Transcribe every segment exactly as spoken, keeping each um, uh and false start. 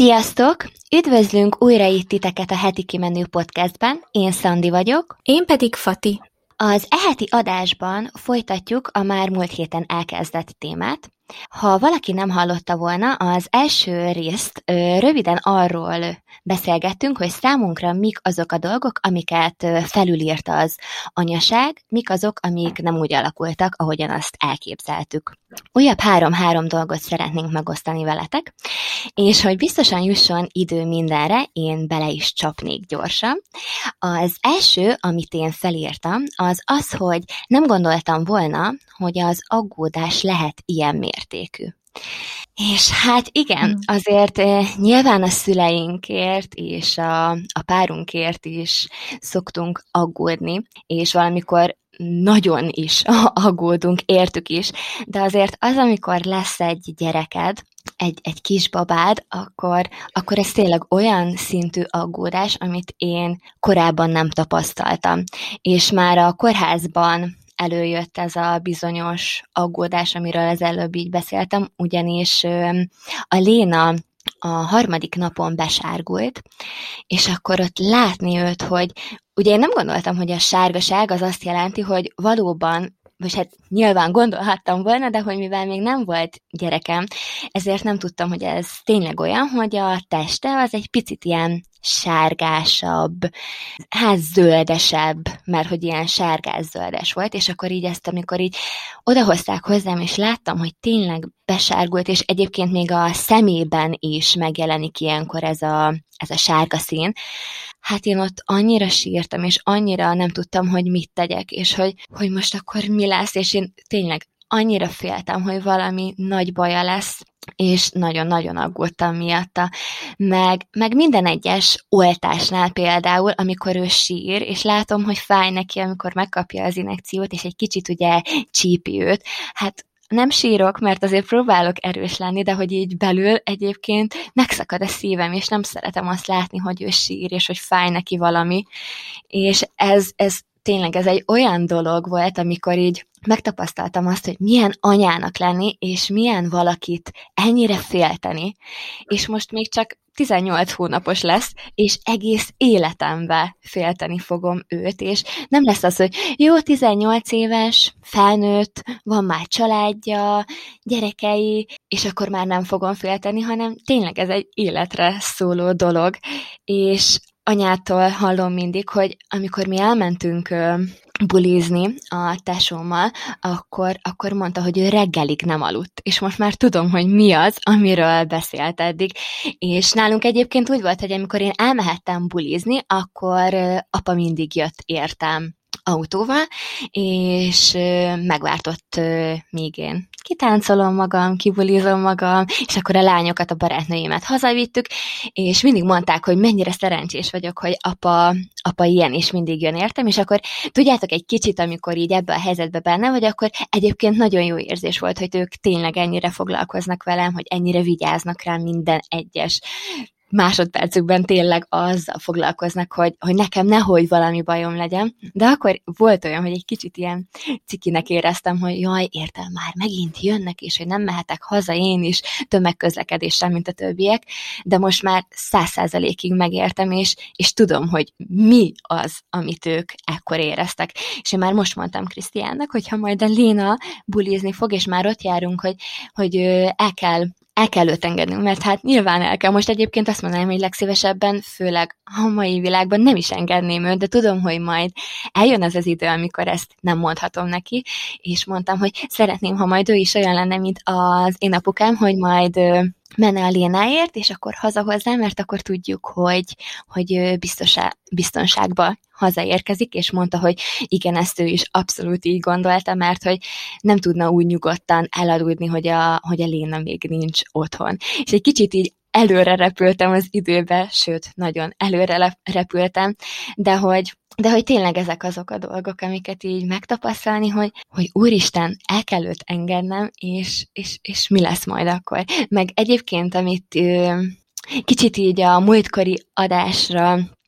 Sziasztok! Üdvözlünk újra itt titeket a Heti Kimenő podcastben. Én Szandi vagyok. Én pedig Fati. Az e heti adásban folytatjuk a már múlt héten elkezdett témát. Ha valaki nem hallotta volna, az első részt ö, röviden arról beszélgettünk, hogy számunkra mik azok a dolgok, amiket ö, felülírt az anyaság, mik azok, amik nem úgy alakultak, ahogyan azt elképzeltük. Újabb három-három dolgot szeretnénk megosztani veletek, és hogy biztosan jusson idő mindenre, én bele is csapnék gyorsan. Az első, amit én felírtam, az az, hogy nem gondoltam volna, hogy az aggódás lehet ilyen mértékű. És hát igen, azért nyilván a szüleinkért és a, a párunkért is szoktunk aggódni, és valamikor nagyon is aggódunk, értük is, de azért az, amikor lesz egy gyereked, egy, egy kisbabád, akkor, akkor ez tényleg olyan szintű aggódás, amit én korábban nem tapasztaltam. És már a kórházban előjött ez a bizonyos aggódás, amiről az előbb így beszéltem, ugyanis a Léna a harmadik napon besárgult, és akkor ott látni őt, hogy ugye én nem gondoltam, hogy a sárgaság az azt jelenti, hogy valóban, vagy hát nyilván gondolhattam volna, de hogy mivel még nem volt gyerekem, ezért nem tudtam, hogy ez tényleg olyan, hogy a teste az egy picit ilyen sárgásabb, hát zöldesebb, mert hogy ilyen sárgás-zöldes volt, és akkor így ezt, amikor így odahozták hozzám, és láttam, hogy tényleg besárgult, és egyébként még a szemében is megjelenik ilyenkor ez a, ez a sárga szín, hát én ott annyira sírtam, és annyira nem tudtam, hogy mit tegyek, és hogy, hogy most akkor mi lesz, és én tényleg annyira féltem, hogy valami nagy baja lesz, és nagyon-nagyon aggódtam miatta. Meg, meg minden egyes oltásnál például, amikor ő sír, és látom, hogy fáj neki, amikor megkapja az injekciót, és egy kicsit ugye csípi őt, hát nem sírok, mert azért próbálok erős lenni, de hogy így belül egyébként megszakad a szívem, és nem szeretem azt látni, hogy ő sír, és hogy fáj neki valami. És ez, ez tényleg ez egy olyan dolog volt, amikor így megtapasztaltam azt, hogy milyen anyának lenni, és milyen valakit ennyire félteni, és most még csak tizennyolc hónapos lesz, és egész életemben félteni fogom őt, és nem lesz az, hogy jó, tizennyolc éves, felnőtt, van már családja, gyerekei, és akkor már nem fogom félteni, hanem tényleg ez egy életre szóló dolog, és anyától hallom mindig, hogy amikor mi elmentünk bulizni a tesómmal, akkor, akkor mondta, hogy ő reggelig nem aludt, és most már tudom, hogy mi az, amiről beszélt eddig, és nálunk egyébként úgy volt, hogy amikor én elmehettem bulizni, akkor apa mindig jött értem autóval, és megváltott, míg én kitáncolom magam, kibulizom magam, és akkor a lányokat, a barátnőimet hazavittük, és mindig mondták, hogy mennyire szerencsés vagyok, hogy apa, apa ilyen is mindig jön értem, és akkor tudjátok, egy kicsit, amikor így ebbe a helyzetbe benne vagy, akkor egyébként nagyon jó érzés volt, hogy ők tényleg ennyire foglalkoznak velem, hogy ennyire vigyáznak rám minden egyes másodpercükben tényleg azzal foglalkoznak, hogy, hogy nekem nehogy valami bajom legyen, de akkor volt olyan, hogy egy kicsit ilyen cikinek éreztem, hogy jaj, értem, már megint jönnek, és hogy nem mehetek haza én is tömegközlekedéssel, mint a többiek, de most már száz százalékig megértem, és, és tudom, hogy mi az, amit ők ekkor éreztek. És én már most mondtam Krisztiánnak, hogy ha majd a Léna bulizni fog, és már ott járunk, hogy, hogy el kell el kell őt engednünk, mert hát nyilván el kell. Most egyébként azt mondanám, hogy legszívesebben, főleg a mai világban nem is engedném őt, de tudom, hogy majd eljön az az idő, amikor ezt nem mondhatom neki, és mondtam, hogy szeretném, ha majd ő is olyan lenne, mint az én apukám, hogy majd menne a Lénáért, és akkor hazahozzá, mert akkor tudjuk, hogy, hogy biztosá, biztonságba hazaérkezik, és mondta, hogy igen, ezt ő is abszolút így gondolta, mert hogy nem tudna úgy nyugodtan elaludni, hogy a, hogy a Léna még nincs otthon. És egy kicsit így előre repültem az időbe, sőt, nagyon előre repültem, de hogy De hogy tényleg ezek azok a dolgok, amiket így megtapasztalni, hogy, hogy úristen, el kell őt engednem, és, és, és mi lesz majd akkor. Meg egyébként, amit ö, kicsit így a múltkori adásra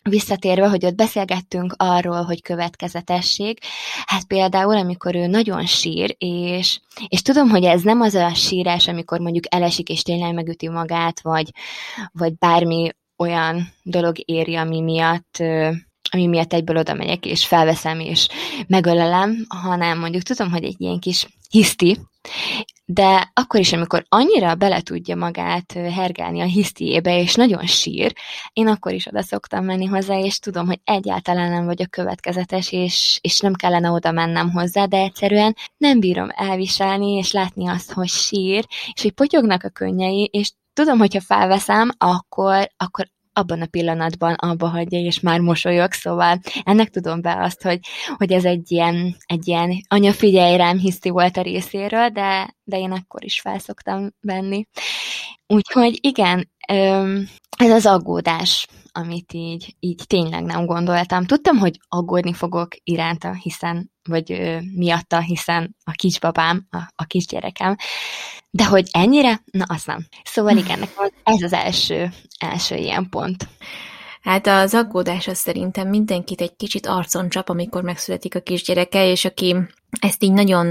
visszatérve, hogy ott beszélgettünk arról, hogy következetesség, hát például, amikor ő nagyon sír, és, és tudom, hogy ez nem az a sírás, amikor mondjuk elesik, és tényleg megüti magát, vagy, vagy bármi olyan dolog éri, ami miatt ami miatt egyből oda megyek, és felveszem, és megölelem, hanem mondjuk tudom, hogy egy ilyen kis hiszti, de akkor is, amikor annyira bele tudja magát hergálni a hisztiébe, és nagyon sír, én akkor is oda szoktam menni hozzá, és tudom, hogy egyáltalán nem vagyok következetes, és, és nem kellene oda mennem hozzá, de egyszerűen nem bírom elviselni, és látni azt, hogy sír, és hogy potyognak a könnyei, és tudom, hogyha felveszem, akkor, akkor abban a pillanatban abba hagyja, és már mosolyog, szóval ennek tudom be azt, hogy, hogy ez egy ilyen, egy ilyen anya figyelj rám hiszti volt a részéről, de, de én akkor is felszoktam venni. Úgyhogy igen, ez az aggódás, amit így, így tényleg nem gondoltam. Tudtam, hogy aggódni fogok iránta, hiszen, vagy ö, miatta, hiszen a kisbabám, a, a kisgyerekem, de hogy ennyire? Na, azt nem. Szóval igen, nekem ez az első, első ilyen pont. Hát az aggódás az szerintem mindenkit egy kicsit arcon csap, amikor megszületik a kisgyereke, és aki ezt így nagyon,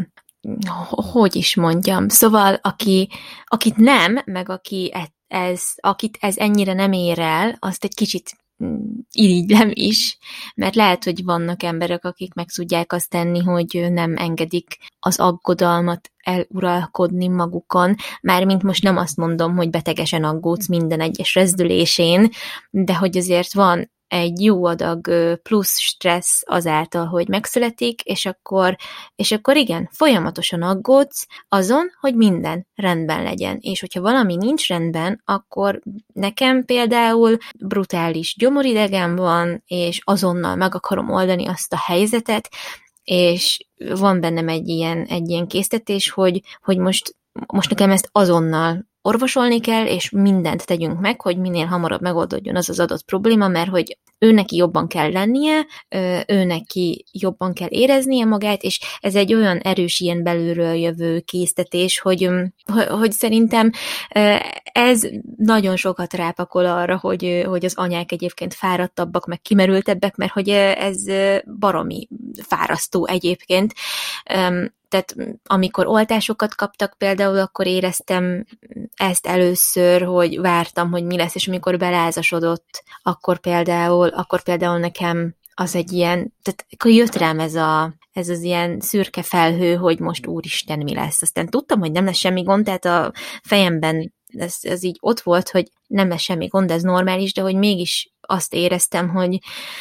hogy is mondjam, szóval aki, akit nem, meg aki ez, akit ez ennyire nem ér el, azt egy kicsit irigylem is, mert lehet, hogy vannak emberek, akik meg tudják azt tenni, hogy nem engedik az aggodalmat eluralkodni magukon, mármint most nem azt mondom, hogy betegesen aggódsz minden egyes rezdülésén, de hogy azért van egy jó adag plusz stressz azáltal, hogy megszületik, és akkor, és akkor igen, folyamatosan aggódsz azon, hogy minden rendben legyen. És hogyha valami nincs rendben, akkor nekem például brutális gyomoridegem van, és azonnal meg akarom oldani azt a helyzetet, és van bennem egy ilyen, egy ilyen késztetés, hogy, hogy most, most nekem ezt azonnal orvosolni kell, és mindent tegyünk meg, hogy minél hamarabb megoldódjon az az adott probléma, mert hogy ő neki jobban kell lennie, ő neki jobban kell éreznie magát, és ez egy olyan erős ilyen belülről jövő késztetés, hogy, hogy szerintem ez nagyon sokat rápakol arra, hogy, hogy az anyák egyébként fáradtabbak, meg kimerültebbek, mert hogy ez baromi fárasztó egyébként. Tehát amikor oltásokat kaptak például, akkor éreztem ezt először, hogy vártam, hogy mi lesz, és amikor belázasodott, akkor például, akkor például nekem az egy ilyen, tehát akkor jött rám ez, a, ez az ilyen szürke felhő, hogy most úristen, mi lesz. Aztán tudtam, hogy nem lesz semmi gond, tehát a fejemben ez, ez így ott volt, hogy nem lesz semmi gond, ez normális, de hogy mégis azt éreztem, hogy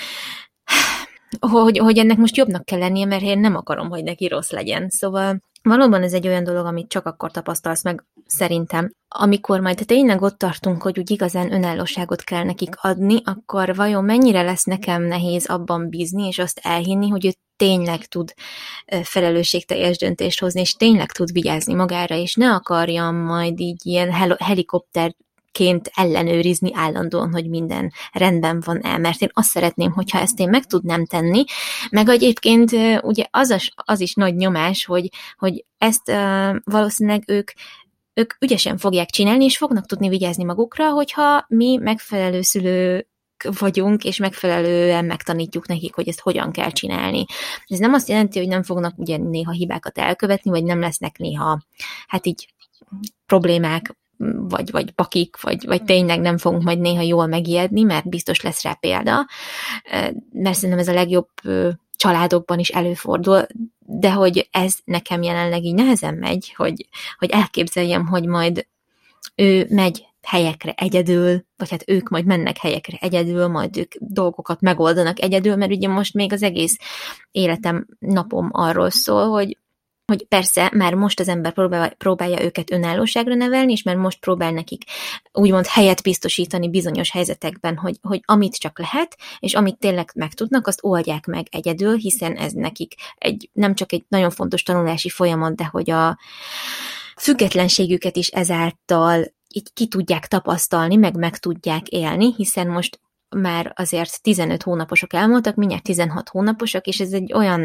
Hogy, hogy ennek most jobbnak kell lennie, mert én nem akarom, hogy neki rossz legyen. Szóval valóban ez egy olyan dolog, amit csak akkor tapasztalsz meg, szerintem. Amikor majd tényleg ott tartunk, hogy úgy igazán önállóságot kell nekik adni, akkor vajon mennyire lesz nekem nehéz abban bízni, és azt elhinni, hogy ő tényleg tud felelősségteljes döntést hozni, és tényleg tud vigyázni magára, és ne akarjam majd így ilyen hel- helikopter ként ellenőrizni állandóan, hogy minden rendben van el, mert én azt szeretném, hogyha ezt én meg tudnám tenni, meg egyébként ugye az, az, az is nagy nyomás, hogy, hogy ezt uh, valószínűleg ők, ők ügyesen fogják csinálni, és fognak tudni vigyázni magukra, hogyha mi megfelelő szülő vagyunk, és megfelelően megtanítjuk nekik, hogy ezt hogyan kell csinálni. Ez nem azt jelenti, hogy nem fognak ugye néha hibákat elkövetni, vagy nem lesznek néha, hát így problémák, vagy, vagy bakik, vagy, vagy tényleg nem fogunk majd néha jól megijedni, mert biztos lesz rá példa, mert szerintem ez a legjobb családokban is előfordul, de hogy ez nekem jelenleg így nehezen megy, hogy, hogy elképzeljem, hogy majd ő megy helyekre egyedül, vagy hát ők majd mennek helyekre egyedül, majd ők dolgokat megoldanak egyedül, mert ugye most még az egész életem, napom arról szól, hogy hogy persze, már most az ember próbál, próbálja őket önállóságra nevelni, és már most próbál nekik úgymond helyet biztosítani bizonyos helyzetekben, hogy, hogy amit csak lehet, és amit tényleg megtudnak, azt oldják meg egyedül, hiszen ez nekik egy, nem csak egy nagyon fontos tanulási folyamat, de hogy a függetlenségüket is ezáltal így ki tudják tapasztalni, meg meg tudják élni, hiszen most már azért tizenöt hónaposok elmúltak, mindjárt tizenhat hónaposak, és ez egy olyan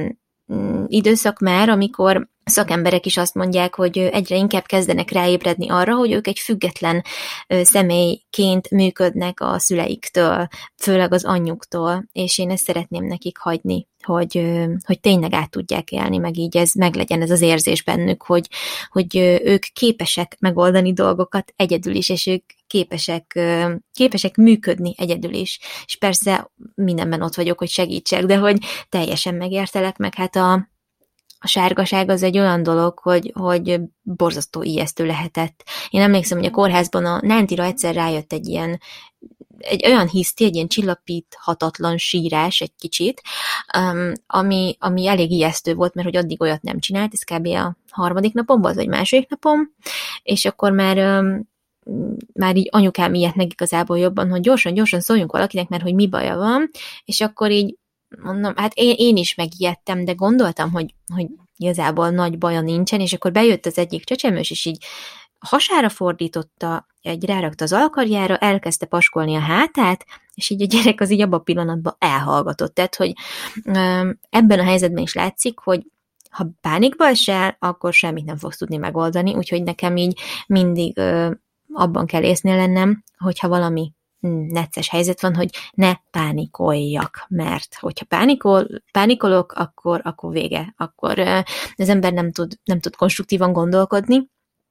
időszak már, amikor szakemberek is azt mondják, hogy egyre inkább kezdenek ráébredni arra, hogy ők egy független személyként működnek a szüleiktől, főleg az anyjuktól, és én ezt szeretném nekik hagyni, hogy, hogy tényleg át tudják élni, meg így ez meglegyen ez az érzés bennük, hogy, hogy ők képesek megoldani dolgokat egyedül is, és ők képesek, képesek működni egyedül is. És persze mindenben ott vagyok, hogy segítsek, de hogy teljesen megértelek, meg hát a A sárgaság az egy olyan dolog, hogy, hogy borzasztó ijesztő lehetett. Én emlékszem, hogy a kórházban a Nántira egyszer rájött egy ilyen, egy olyan hiszti, egy ilyen csillapíthatatlan sírás egy kicsit, um, ami, ami elég ijesztő volt, mert hogy addig olyat nem csinált, ez kb. A harmadik napom volt, vagy második napom, és akkor már um, már így anyukám ilyet meg igazából jobban, hogy gyorsan-gyorsan szóljunk valakinek, mert hogy mi baja van, és akkor így mondom, hát én, én is megijedtem, de gondoltam, hogy, hogy igazából nagy baja nincsen, és akkor bejött az egyik csecsemős, és így hasára fordította, egy rárakta az alkarjára, elkezdte paskolni a hátát, és így a gyerek az így abban a pillanatban elhallgatott. Tehát, hogy ebben a helyzetben is látszik, hogy ha pánikba esel, akkor semmit nem fogsz tudni megoldani, úgyhogy nekem így mindig abban kell észnél lennem, hogyha valami necces helyzet van, hogy ne pánikoljak, mert hogyha pánikol, pánikolok, akkor, akkor vége, akkor az ember nem tud, nem tud konstruktívan gondolkodni.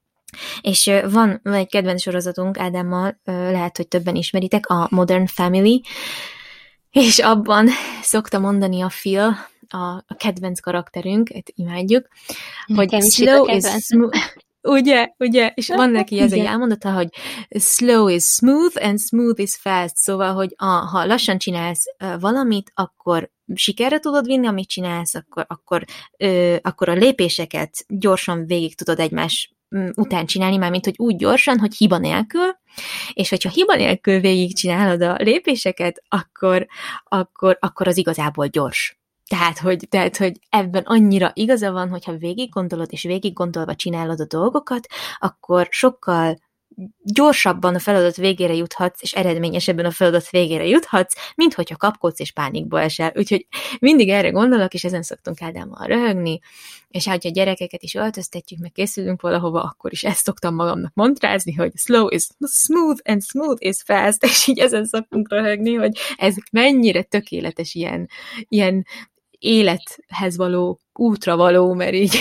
És van, van egy kedvenc sorozatunk Ádámmal, lehet, hogy többen ismeritek, a Modern Family, és abban szokta mondani a Phil, a, a kedvenc karakterünk, imádjuk, hogy slow is smooth. Ugye, ugye, és van neki ez egy elmondata, hogy slow is smooth and smooth is fast, szóval, hogy a, ha lassan csinálsz valamit, akkor sikerre tudod vinni, amit csinálsz, akkor, akkor, ö, akkor a lépéseket gyorsan végig tudod egymás után csinálni, mármint, hogy úgy gyorsan, hogy hiba nélkül, és hogyha hiba nélkül végig csinálod a lépéseket, akkor, akkor, akkor az igazából gyors. Tehát hogy, tehát, hogy ebben annyira igaza van, hogyha végig gondolod, és végig gondolva csinálod a dolgokat, akkor sokkal gyorsabban a feladat végére juthatsz, és eredményesebben a feladat végére juthatsz, mint hogyha kapkodsz és pánikba esel. Úgyhogy mindig erre gondolok, és ezen szoktunk Ádámmal röhögni, és ha a gyerekeket is öltöztetjük, meg készülünk valahova, akkor is ezt szoktam magamnak mantrázni, hogy slow is smooth and smooth is fast, és így ezen szoktunk röhögni, hogy ez mennyire tökéletes ilyen, ilyen élethez való, útra való, mert így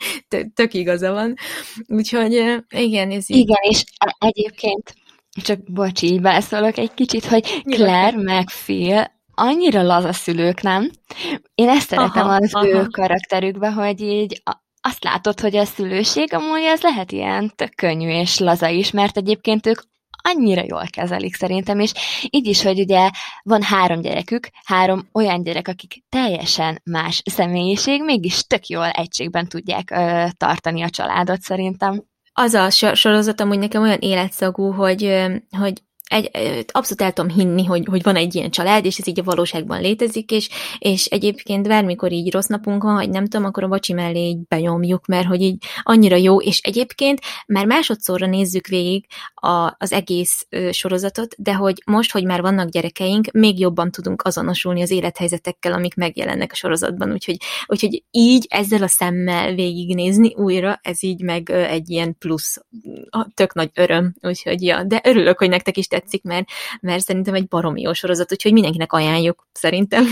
tök igaza van. Úgyhogy igen, ez így. Igen, és egyébként, csak bocsi, így beleszólok egy kicsit, hogy Claire meg Phil annyira laza szülők, nem? Én ezt szeretem aha, az aha. ő karakterükbe, hogy így azt látod, hogy a szülőség amúgy ez lehet ilyen tök könnyű és laza is, mert egyébként ők annyira jól kezelik szerintem, és így is, hogy ugye van három gyerekük, három olyan gyerek, akik teljesen más személyiség, mégis tök jól egységben tudják ö, tartani a családot szerintem. Az a sorozat amúgy nekem olyan életszagú, hogy, hogy egy, abszolút el tudom hinni, hogy, hogy van egy ilyen család, és ez így a valóságban létezik, és, és egyébként bármikor így rossz napunk van, vagy nem tudom, akkor a bacsi mellé így benyomjuk, mert hogy így annyira jó, és egyébként már másodszorra nézzük végig a, az egész ö, sorozatot, de hogy most, hogy már vannak gyerekeink, még jobban tudunk azonosulni az élethelyzetekkel, amik megjelennek a sorozatban, úgyhogy, úgyhogy így ezzel a szemmel végignézni újra, ez így meg ö, egy ilyen plusz, tök nagy öröm, úgyhogy ja, de örülök, hogy nektek is tetszik, mert, mert szerintem egy baromi jó sorozat, úgyhogy mindenkinek ajánljuk, szerintem.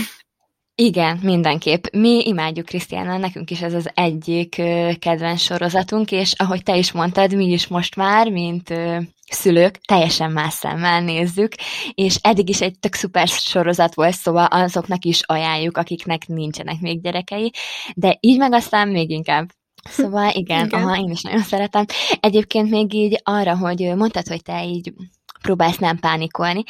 Igen, mindenképp. Mi imádjuk Krisztiánnal, nekünk is ez az egyik kedvenc sorozatunk, és ahogy te is mondtad, mi is most már, mint szülők, teljesen más szemmel nézzük, és eddig is egy tök szuper sorozat volt, szóval azoknak is ajánljuk, akiknek nincsenek még gyerekei, de így meg aztán még inkább. Szóval igen, igen. Aha, én is nagyon szeretem. Egyébként még így arra, hogy mondtad, hogy te így próbálsz nem pánikolni.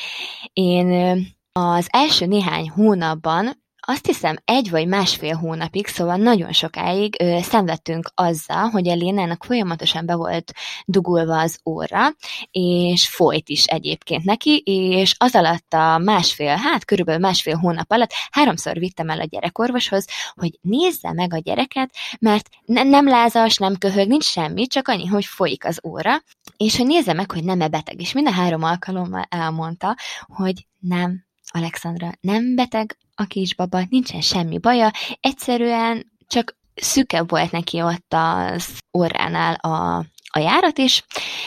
Én az első néhány hónapban, azt hiszem egy vagy másfél hónapig, szóval nagyon sokáig ö, szenvedtünk azzal, hogy a Lénának folyamatosan be volt dugulva az óra, és folyt is egyébként neki, és az alatt a másfél, hát körülbelül másfél hónap alatt háromszor vittem el a gyerekorvoshoz, hogy nézze meg a gyereket, mert ne, nem lázas, nem köhög, nincs semmi, csak annyi, hogy folyik az óra, és hogy nézze meg, hogy nem-e beteg, és minden három alkalommal elmondta, hogy nem, Alexandra, nem beteg a kisbaba, nincsen semmi baja, egyszerűen csak szűkebb volt neki ott az orránál a, a járat, és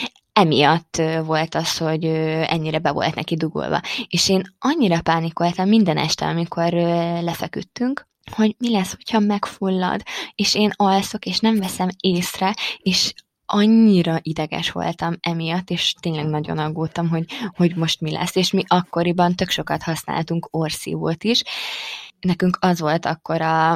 emiatt volt az, hogy ennyire be volt neki dugolva. És én annyira pánikoltam minden este, amikor lefeküdtünk, hogy mi lesz, hogyha megfullad, és én alszok, és nem veszem észre, és annyira ideges voltam emiatt, és tényleg nagyon aggódtam, hogy, hogy most mi lesz. És mi akkoriban tök sokat használtunk orszívót is. Nekünk az volt akkor a,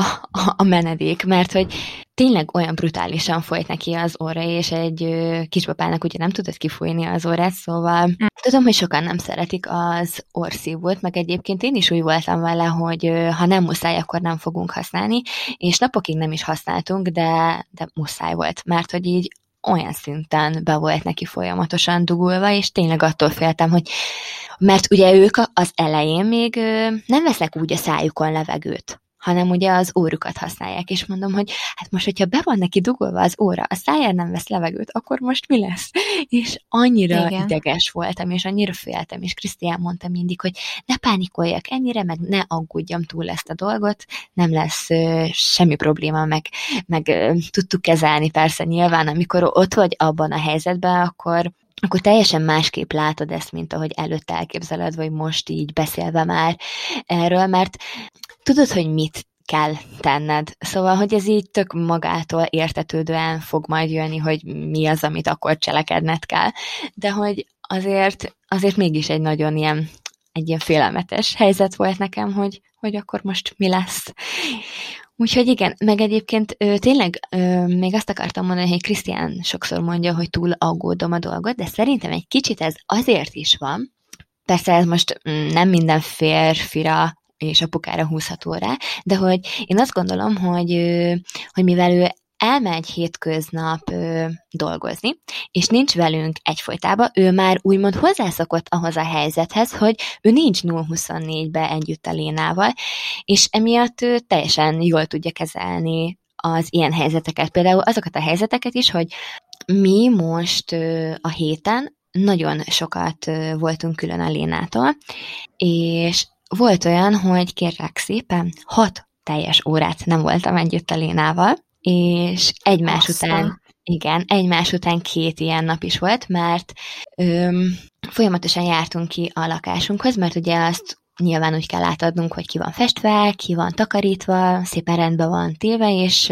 a, a menedék, mert hogy tényleg olyan brutálisan folyt neki az orra, és egy ö, kisbabának ugye nem tudott kifújni az orrát, szóval mm. tudom, hogy sokan nem szeretik az orszívót, meg egyébként én is úgy voltam vele, hogy ö, ha nem muszáj, akkor nem fogunk használni, és napokig nem is használtunk, de, de muszáj volt, mert hogy így olyan szinten be volt neki folyamatosan dugulva, és tényleg attól féltem, hogy mert ugye ők az elején még ö, nem vesznek úgy a szájukon levegőt, hanem ugye az órukat használják, és mondom, hogy hát most, hogyha be van neki dugolva az óra, a száján nem vesz levegőt, akkor most mi lesz? És annyira Igen. ideges voltam, és annyira féltem, és Krisztián mondta mindig, hogy ne pánikoljak ennyire, meg ne aggódjam túl ezt a dolgot, nem lesz ö, semmi probléma, meg, meg ö, tudtuk kezelni persze nyilván, amikor ott vagy abban a helyzetben, akkor akkor teljesen másképp látod ezt, mint ahogy előtte elképzeled, vagy most így beszélve már erről, mert tudod, hogy mit kell tenned. Szóval, hogy ez így tök magától értetődően fog majd jönni, hogy mi az, amit akkor cselekedned kell. De hogy azért, azért mégis egy nagyon ilyen, egy ilyen félelmetes helyzet volt nekem, hogy, hogy akkor most mi lesz. Úgyhogy igen, meg egyébként ö, tényleg ö, még azt akartam mondani, hogy Krisztián sokszor mondja, hogy túl aggódom a dolgot, de szerintem egy kicsit ez azért is van, persze ez most nem minden férfira és apukára húzható rá, de hogy én azt gondolom, hogy, ö, hogy mivel ő elmegy hétköznap ö, dolgozni, és nincs velünk egyfolytában, ő már úgymond hozzászokott ahhoz a helyzethez, hogy ő nincs nulla huszonnégybe együtt a Lénával, és emiatt ő teljesen jól tudja kezelni az ilyen helyzeteket. Például azokat a helyzeteket is, hogy mi most ö, a héten nagyon sokat ö, voltunk külön a Lénától, és volt olyan, hogy kérlek szépen, hat teljes órát nem voltam együtt a Lénával, és egymás Aztán. után, igen, egymás után két ilyen nap is volt, mert öm, folyamatosan jártunk ki a lakásunkhoz, mert ugye azt nyilván úgy kell átadnunk, hogy ki van festve, ki van takarítva, szépen rendben van téve, és,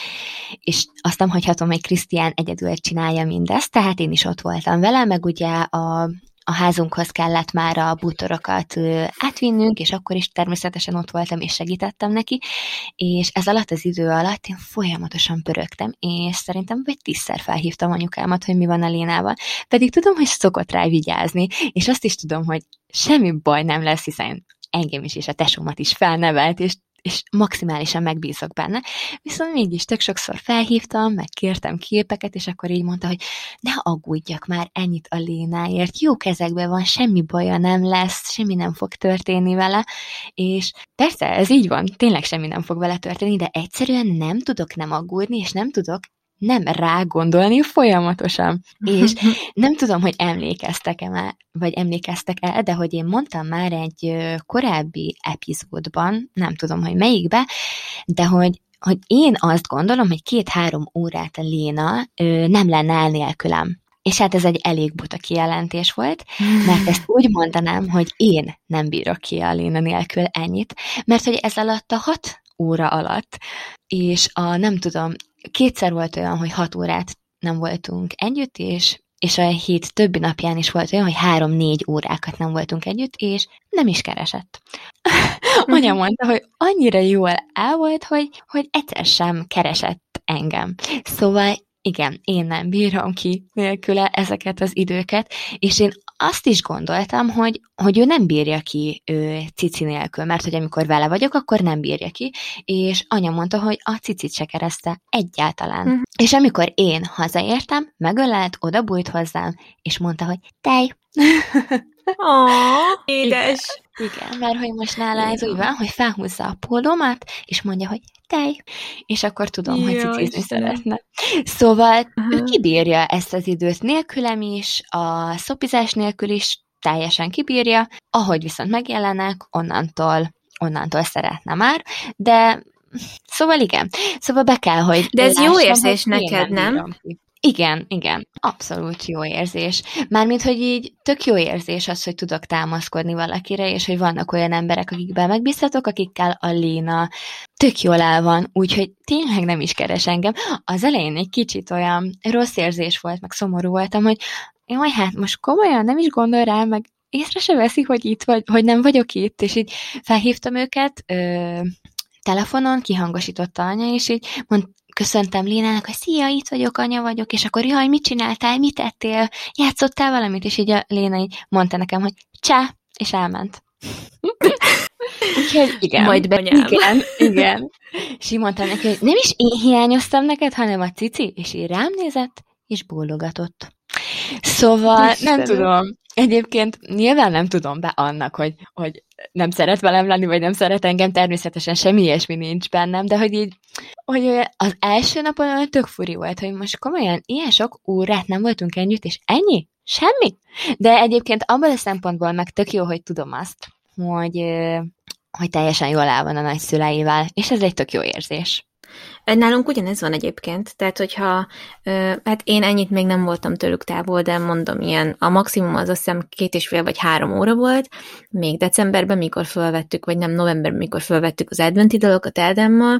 és azt nem hagyhatom, hogy Krisztián egyedül csinálja mindezt, tehát én is ott voltam vele, meg ugye a a házunkhoz kellett már a bútorokat átvinnünk, és akkor is természetesen ott voltam, és segítettem neki, és ez alatt az idő alatt én folyamatosan pörögtem, és szerintem vagy tízszer felhívtam anyukámat, hogy mi van a Lénával, pedig tudom, hogy szokott rá vigyázni, és azt is tudom, hogy semmi baj nem lesz, hiszen engem is és a tesómat is felnevelt, és és maximálisan megbízok benne. Viszont mégis tök sokszor felhívtam, meg kértem képeket, és akkor így mondta, hogy ne aggódjak már ennyit a Lénáért, jó kezekben van, semmi baja nem lesz, semmi nem fog történni vele, és persze ez így van, tényleg semmi nem fog vele történni, de egyszerűen nem tudok nem aggódni, és nem tudok nem rá gondolni folyamatosan. És nem tudom, hogy emlékeztek-e már, vagy emlékeztek el, de hogy én mondtam már egy korábbi epizódban, nem tudom, hogy melyikbe, de hogy, hogy én azt gondolom, hogy két-három órát a Léna ö, nem lenne el nélkülem. És hát ez egy elég buta kijelentés volt, mert ezt úgy mondanám, hogy én nem bírok ki a Léna nélkül ennyit, mert hogy ez alatt a hat óra alatt, és a nem tudom, kétszer volt olyan, hogy hat órát nem voltunk együtt, és, és a hét többi napján is volt olyan, hogy három-négy órákat nem voltunk együtt, és nem is keresett. Anya mondta, hogy annyira jól el volt, hogy, hogy egyszer sem keresett engem. Szóval igen, én nem bírom ki nélküle ezeket az időket, és én azt is gondoltam, hogy, hogy ő nem bírja ki ő, cici nélkül, mert hogy amikor vele vagyok, akkor nem bírja ki, és anya mondta, hogy a cicit se kereszte egyáltalán. Uh-huh. És amikor én hazaértem, megölelt, odabújt hozzám, és mondta, hogy tej. Ó, édes. Igen, igen, mert hogy most nála ez úgy van, hogy felhúzza a pólómat, és mondja, hogy tej, és akkor tudom, Jaj, hogy cicizni szeretne. Szóval uh-huh. ő kibírja ezt az időt nélkülem is, a szopizás nélkül is teljesen kibírja, ahogy viszont megjelenek, onnantól, onnantól szeretne már, de Szóval igen. Szóval be kell, hogy De ez lássam, jó érzés hogy neked, nem? nem? Igen, igen. Abszolút jó érzés. Mármint, hogy így tök jó érzés az, hogy tudok támaszkodni valakire, és hogy vannak olyan emberek, akikben megbízhatok, akikkel a Léna tök jól el van, úgyhogy tényleg nem is keres engem. Az elején egy kicsit olyan rossz érzés volt, meg szomorú voltam, hogy jaj, hát most komolyan nem is gondol rá, meg észre se veszi, hogy itt vagy, hogy nem vagyok itt, és így felhívtam őket ö, telefonon, kihangosította anya, és így mond, köszöntem Lénának, hogy szia, itt vagyok, anya vagyok, és akkor jaj, mit csináltál, mit tettél, játszottál valamit, és így a Léna így mondta nekem, hogy csá, és elment. Úgyhogy igen. Majd benyám. Igen, igen. És így mondtam neki, hogy nem is én hiányoztam neked, hanem a cici, és így rám nézett, és bólogatott. Szóval Istenem. Nem tudom. Egyébként nyilván nem tudom be annak, hogy, hogy nem szeret velem lenni, vagy nem szeret engem, természetesen semmi ilyesmi nincs bennem, de hogy így, hogy az első napon olyan tök furi volt, hogy most komolyan ilyen sok órát nem voltunk együtt, és ennyi? Semmi? De egyébként abban a szempontból meg tök jó, hogy tudom azt, hogy, hogy teljesen jól el van a nagyszüleivel, és ez egy tök jó érzés. Nálunk ugyanez van egyébként, tehát hogyha, hát én ennyit még nem voltam tőlük távol, de mondom, ilyen, a maximum az azt hiszem két és fél vagy három óra volt, még decemberben, mikor fölvettük, vagy nem novemberben, mikor fölvettük az adventi dalokat Ádámmal,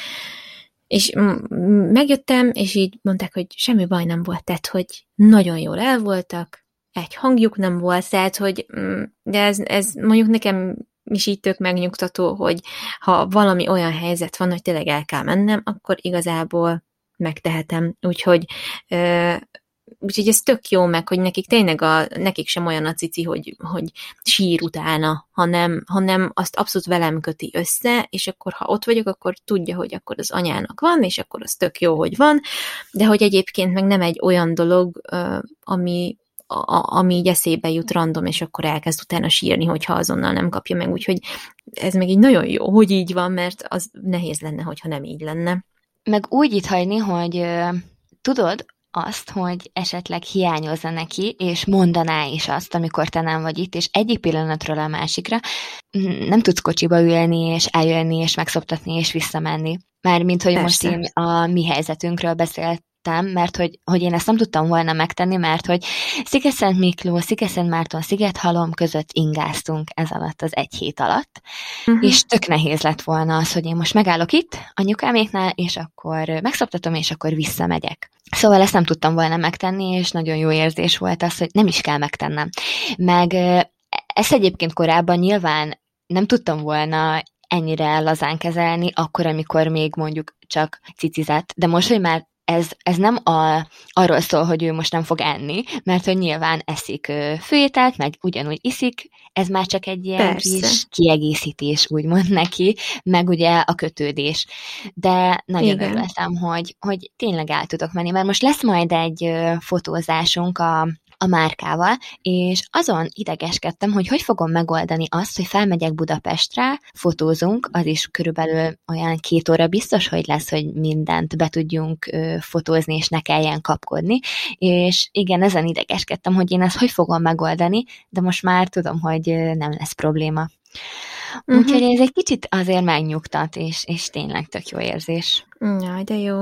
és megjöttem, és így mondták, hogy semmi baj nem volt, tehát, hogy nagyon jól el voltak, egy hangjuk nem volt, tehát, hogy de ez, ez mondjuk nekem is így tök megnyugtató, hogy ha valami olyan helyzet van, hogy tényleg el kell mennem, akkor igazából megtehetem. Úgyhogy, euh, úgyhogy ez tök jó meg, hogy nekik tényleg a, nekik sem olyan a cici, hogy, hogy sír utána, hanem, hanem azt abszolút velem köti össze, és akkor ha ott vagyok, akkor tudja, hogy akkor az anyának van, és akkor az tök jó, hogy van, de hogy egyébként meg nem egy olyan dolog, euh, ami A, ami így eszébe jut random, és akkor elkezd utána sírni, hogyha azonnal nem kapja meg, úgyhogy ez meg így nagyon jó, hogy így van, mert az nehéz lenne, hogyha nem így lenne. Meg úgy itt hagyni, hogy ö, tudod azt, hogy esetleg hiányozza neki, és mondaná is azt, amikor te nem vagy itt, és egyik pillanatról a másikra nem tudsz kocsiba ülni, és eljönni, és megszoptatni, és visszamenni. Mármint, hogy Persze. most én a mi helyzetünkről beszélt, mert hogy, hogy én ezt nem tudtam volna megtenni, mert hogy Sziget-Szent Miklós, Sziget-Szent Márton, Szigethalom között ingáztunk ez alatt az egy hét alatt, uh-huh. és tök nehéz lett volna az, hogy én most megállok itt anyukáméknál, és akkor megszoptatom, és akkor visszamegyek. Szóval ezt nem tudtam volna megtenni, és nagyon jó érzés volt az, hogy nem is kell megtennem. Meg ezt egyébként korábban nyilván nem tudtam volna ennyire lazán kezelni, akkor, amikor még mondjuk csak cicizett, de most, hogy már Ez, ez nem a, arról szól, hogy ő most nem fog enni, mert hogy nyilván eszik főételt, meg ugyanúgy iszik, ez már csak egy ilyen Persze. kis kiegészítés, úgymond neki, meg ugye a kötődés. De nagyon Igen. örültem, hogy, hogy tényleg el tudok menni, mert most lesz majd egy fotózásunk a a Márkával, és azon idegeskedtem, hogy hogy fogom megoldani azt, hogy felmegyek Budapestre, fotózunk, az is körülbelül olyan két óra biztos, hogy lesz, hogy mindent be tudjunk ö, fotózni, és ne kelljen kapkodni, és igen, ezen idegeskedtem, hogy én ezt hogy fogom megoldani, de most már tudom, hogy nem lesz probléma. Uh-huh. Úgyhogy ez egy kicsit azért megnyugtat, és, és tényleg tök jó érzés. Jaj, de jó.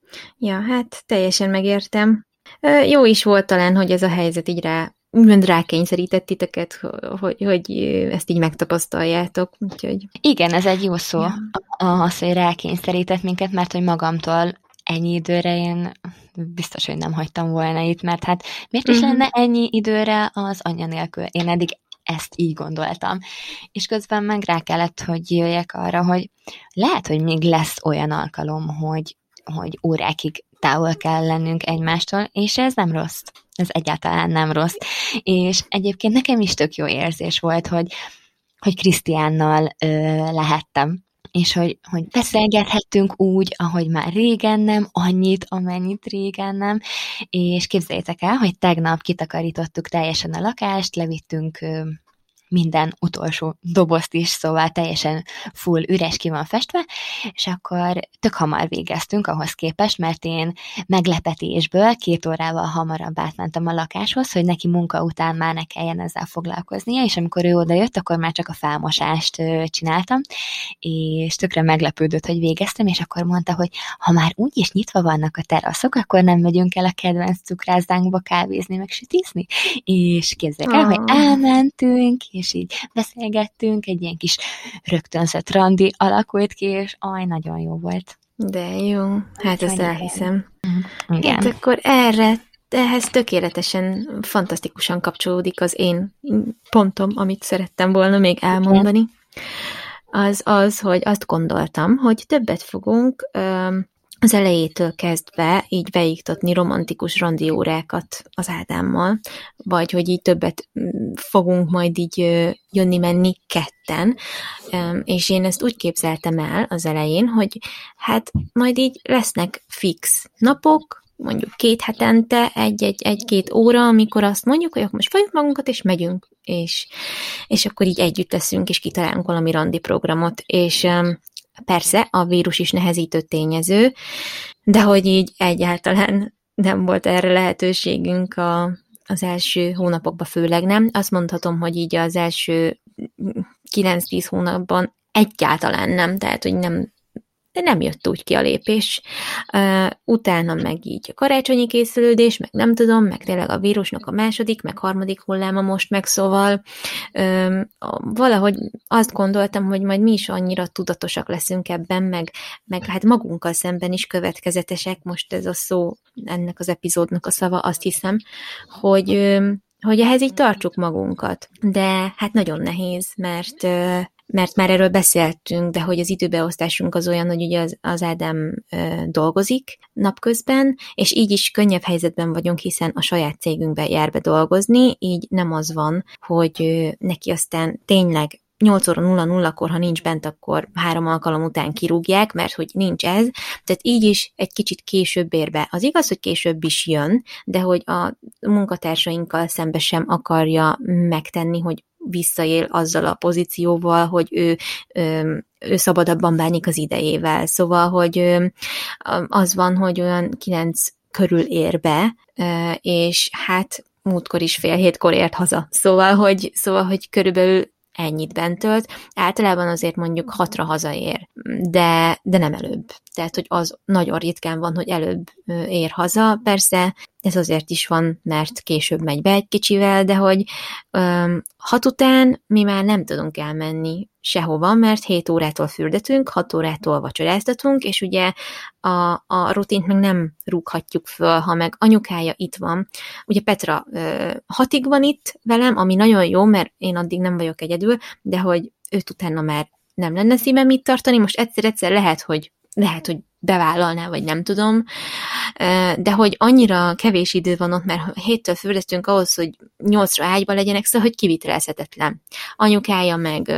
Ja, hát teljesen megértem. Jó is volt talán, hogy ez a helyzet így rá, úgymond rákényszerített titeket, hogy, hogy ezt így megtapasztaljátok. Úgyhogy... Igen, ez egy jó szó, ja. az, hogy rákényszerített minket, mert hogy magamtól ennyi időre én biztos, hogy nem hagytam volna itt, mert hát miért is uh-huh. lenne ennyi időre az anya nélkül? Én eddig ezt így gondoltam. És közben meg rá kellett, hogy jöjjek arra, hogy lehet, hogy még lesz olyan alkalom, hogy, hogy órákig távol kell lennünk egymástól, és ez nem rossz. Ez egyáltalán nem rossz. És egyébként nekem is tök jó érzés volt, hogy, hogy Krisztiánnal ö, lehettem, és hogy, hogy beszélgethettünk úgy, ahogy már régen nem, annyit, amennyit régen nem, és képzeljétek el, hogy tegnap kitakarítottuk teljesen a lakást, levittünk ö, minden utolsó dobozt is, szóval teljesen full üres ki van festve, és akkor tök hamar végeztünk ahhoz képest, mert én meglepetésből két órával hamarabb átmentem a lakáshoz, hogy neki munka után már ne kelljen ezzel foglalkoznia, és amikor ő odajött, akkor már csak a felmosást csináltam, és tökre meglepődött, hogy végeztem, és akkor mondta, hogy ha már úgyis nyitva vannak a teraszok, akkor nem megyünk el a kedvenc cukrászdánkba kávézni, meg sütizni, és képzeljük el, hogy elmentünk, és így beszélgettünk, egy ilyen kis rögtönzött randi alakult ki, és aj, nagyon jó volt. De jó, hát ezt elhiszem. Igen. Hát akkor erre, ehhez tökéletesen, fantasztikusan kapcsolódik az én pontom, amit szerettem volna még elmondani. Az az, hogy azt gondoltam, hogy többet fogunk az elejétől kezdve így beiktatni romantikus randiórákat az Ádámmal, vagy hogy így többet fogunk majd így jönni-menni ketten, és én ezt úgy képzeltem el az elején, hogy hát majd így lesznek fix napok, mondjuk két hetente, egy-egy, egy-két óra, amikor azt mondjuk, hogy akkor most fogjuk magunkat, és megyünk, és, és akkor így együtt leszünk, és kitalálunk valami randi programot, és persze, a vírus is nehezítő tényező, de hogy így egyáltalán nem volt erre lehetőségünk a, az első hónapokban, főleg nem. Azt mondhatom, hogy így az első kilenc-tíz hónapban egyáltalán nem, tehát hogy nem, de nem jött úgy ki a lépés. Uh, utána meg így a karácsonyi készülődés, meg nem tudom, meg tényleg a vírusnak a második, meg harmadik hulláma most meg, szóval uh, valahogy azt gondoltam, hogy majd mi is annyira tudatosak leszünk ebben, meg, meg hát magunkkal szemben is következetesek, most ez a szó, ennek az epizódnak a szava, azt hiszem, hogy, uh, hogy ehhez így tartsuk magunkat. De hát nagyon nehéz, mert uh, mert már erről beszéltünk, de hogy az időbeosztásunk az olyan, hogy ugye az, az Ádám ö, dolgozik napközben, és így is könnyebb helyzetben vagyunk, hiszen a saját cégünkben jár be dolgozni, így nem az van, hogy ö, neki aztán tényleg nyolc óra nulla nullakor, ha nincs bent, akkor három alkalom után kirúgják, mert hogy nincs ez, tehát így is egy kicsit később ér be. Az igaz, hogy később is jön, de hogy a munkatársainkkal szembe sem akarja megtenni, hogy visszaél azzal a pozícióval, hogy ő, ő, ő szabadabban bánik az idejével. Szóval, hogy az van, hogy olyan kilenc körül ér be, és hát múltkor is fél hétkor ért haza. Szóval, hogy, szóval, hogy körülbelül ennyit bent tölt. Általában azért mondjuk hatra hazaér, de, de nem előbb. Tehát, hogy az nagyon ritkán van, hogy előbb ér haza. Persze ez azért is van, mert később megy be egy kicsivel, de hogy öm, hat után mi már nem tudunk elmenni sehova, mert hét órától fürdetünk, hat órától vacsoráztatunk, és ugye a, a rutint meg nem rúghatjuk föl, ha meg anyukája itt van. Ugye Petra ö, hatig van itt velem, ami nagyon jó, mert én addig nem vagyok egyedül, de hogy őt utána már nem lenne szívem itt tartani, most egyszer-egyszer lehet, hogy lehet, hogy bevállalná, vagy nem tudom, de hogy annyira kevés idő van ott, mert héttől fürdetünk ahhoz, hogy nyolcra ágyba legyenek, szóval, hogy kivitelezhetetlen. Anyukája meg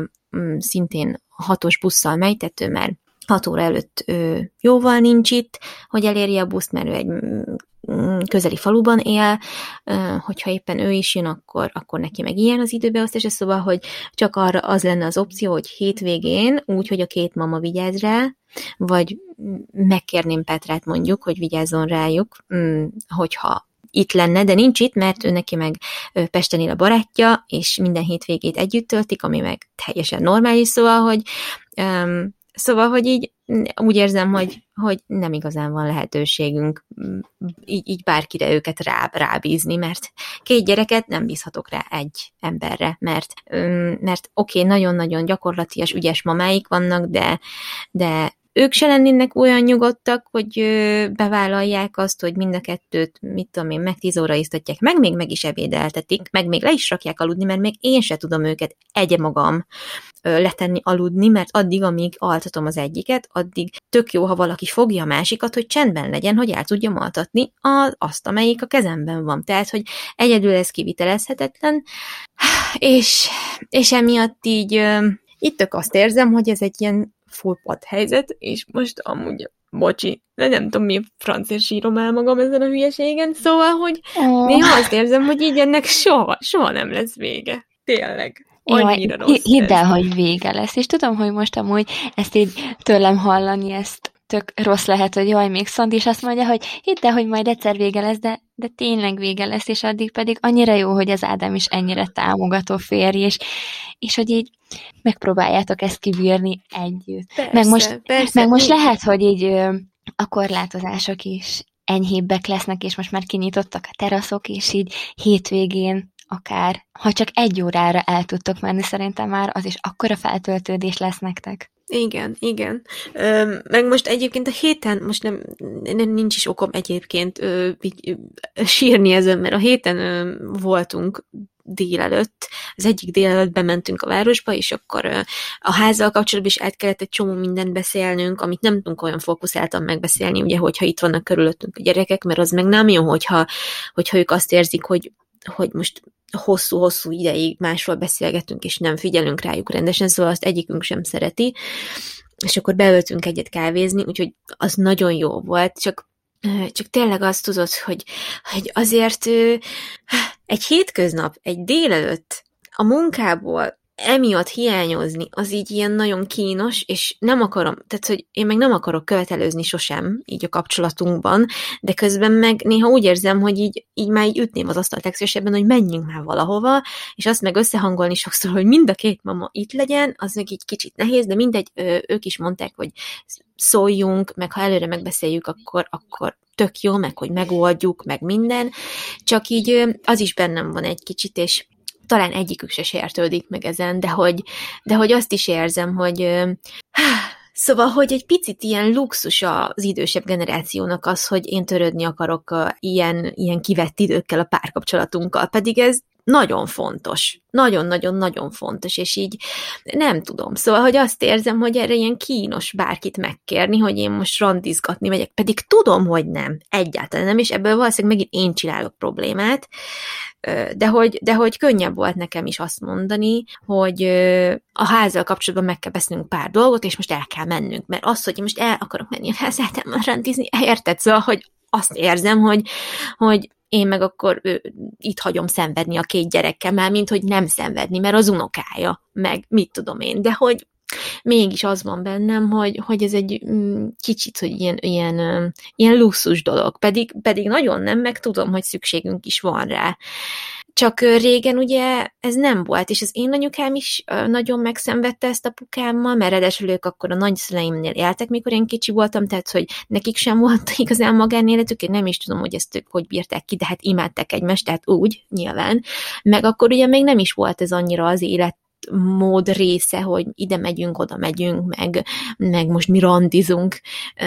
szintén hatos busszal megy, tehát ő már hat óra előtt ő jóval nincs itt, hogy elérje a buszt, mert ő egy közeli faluban él, hogyha éppen ő is jön, akkor, akkor neki meg ilyen az időbeosztása, szóval, hogy csak arra az lenne az opció, hogy hétvégén, úgy, hogy a két mama vigyáz rá, vagy megkérném Petrát mondjuk, hogy vigyázzon rájuk, hogyha itt lenne, de nincs itt, mert ő neki meg Pesten él a barátja, és minden hétvégét együtt töltik, ami meg teljesen normális, szóval, hogy um, Szóval, hogy így úgy érzem, hogy, hogy nem igazán van lehetőségünk így, így bárkire őket rá, rábízni, mert két gyereket nem bízhatok rá egy emberre, mert, mert oké, okay, nagyon-nagyon gyakorlatias, ügyes mamáik vannak, de, de ők se lennének olyan nyugodtak, hogy bevállalják azt, hogy mind a kettőt, mit tudom én, meg tíz óra isztatják, meg még meg is ebédeltetik, meg még le is rakják aludni, mert még én se tudom őket egy magam letenni aludni, mert addig, amíg altatom az egyiket, addig tök jó, ha valaki fogja a másikat, hogy csendben legyen, hogy el tudjam altatni azt, amelyik a kezemben van. Tehát, hogy egyedül ez kivitelezhetetlen, és, és emiatt így itt tök azt érzem, hogy ez egy ilyen full pad helyzet, és most amúgy, bocsi, de nem tudom, mi francia sírom el magam ezen a hülyeségen, szóval, hogy oh. néha azt érzem, hogy így ennek soha, soha nem lesz vége. Tényleg. Jaj, hidd el, hogy vége lesz. És tudom, hogy most amúgy ezt így tőlem hallani, ezt tök rossz lehet, hogy jaj, még Szont is azt mondja, hogy hidd el, hogy majd egyszer vége lesz, de, de tényleg vége lesz, és addig pedig annyira jó, hogy az Ádám is ennyire támogató férj, és, és hogy így megpróbáljátok ezt kibírni együtt. Persze, meg most, persze. meg most lehet, hogy így a korlátozások is enyhébbek lesznek, és most már kinyitottak a teraszok, és így hétvégén akár, ha csak egy órára el tudtok menni, szerintem már az is akkora feltöltődés lesz nektek. Igen, igen. Ö, meg most egyébként a héten, most nem, nem nincs is okom egyébként ö, így, ö, sírni ezen, mert a héten ö, voltunk délelőtt, az egyik délelőtt bementünk a városba, és akkor ö, a házzal kapcsolatban is át kellett egy csomó mindent beszélnünk, amit nem tudunk olyan fókuszáltan megbeszélni, ugye, hogyha itt vannak körülöttünk a gyerekek, mert az meg nem jó, hogyha, hogyha ők azt érzik, hogy hogy most hosszú-hosszú ideig másról beszélgetünk, és nem figyelünk rájuk rendesen, szóval azt egyikünk sem szereti, és akkor beöltünk egyet kávézni, úgyhogy az nagyon jó volt, csak, csak tényleg azt tudod, hogy, hogy azért egy hétköznap, egy délelőtt a munkából emiatt hiányozni, az így ilyen nagyon kínos, és nem akarom, tehát, hogy én meg nem akarok követelőzni sosem, így a kapcsolatunkban, de közben meg néha úgy érzem, hogy így, így már így ütném az asztalt legszívesebben, hogy menjünk már valahova, és azt meg összehangolni sokszor, hogy mind a két mama itt legyen, az meg így kicsit nehéz, de mindegy, ők is mondták, hogy szóljunk, meg ha előre megbeszéljük, akkor, akkor tök jó, meg hogy megoldjuk, meg minden, csak így az is bennem van egy kicsit, és talán egyikük se sértődik meg ezen, de hogy, de hogy azt is érzem, hogy szóval, hogy egy picit ilyen luxus az idősebb generációnak az, hogy én törődni akarok ilyen, ilyen kivett időkkel a párkapcsolatunkkal, pedig ez nagyon fontos. Nagyon-nagyon-nagyon fontos, és így nem tudom. Szóval, hogy azt érzem, hogy erre ilyen kínos bárkit megkérni, hogy én most randizgatni megyek, pedig tudom, hogy nem. Egyáltalán nem, és ebből valószínűleg megint én csinálok problémát, de hogy, de hogy könnyebb volt nekem is azt mondani, hogy a házzal kapcsolatban meg kell beszélnünk pár dolgot, és most el kell mennünk, mert az, hogy most el akarok menni a házátában randizni, érted? Szóval, hogy azt érzem, hogy, hogy én meg akkor ő, itt hagyom szenvedni a két gyerekkel, már mint hogy nem szenvedni, mert az unokája, meg mit tudom én, de hogy mégis az van bennem, hogy, hogy ez egy mm, kicsit, hogy ilyen, ilyen, ilyen luxus dolog, pedig, pedig nagyon nem, meg tudom, hogy szükségünk is van rá. Csak régen ugye ez nem volt, és az én anyukám is nagyon megszenvedte ezt apukámmal, mert ráadásul ők akkor a nagyszüleimnél éltek, mikor én kicsi voltam, tehát hogy nekik sem volt igazán magánéletük, én nem is tudom, hogy ezt ők hogy bírták ki, de hát imádták egymást, tehát úgy, nyilván. Meg akkor ugye még nem is volt ez annyira az élet mód része, hogy ide megyünk, oda megyünk, meg, meg most mi randizunk,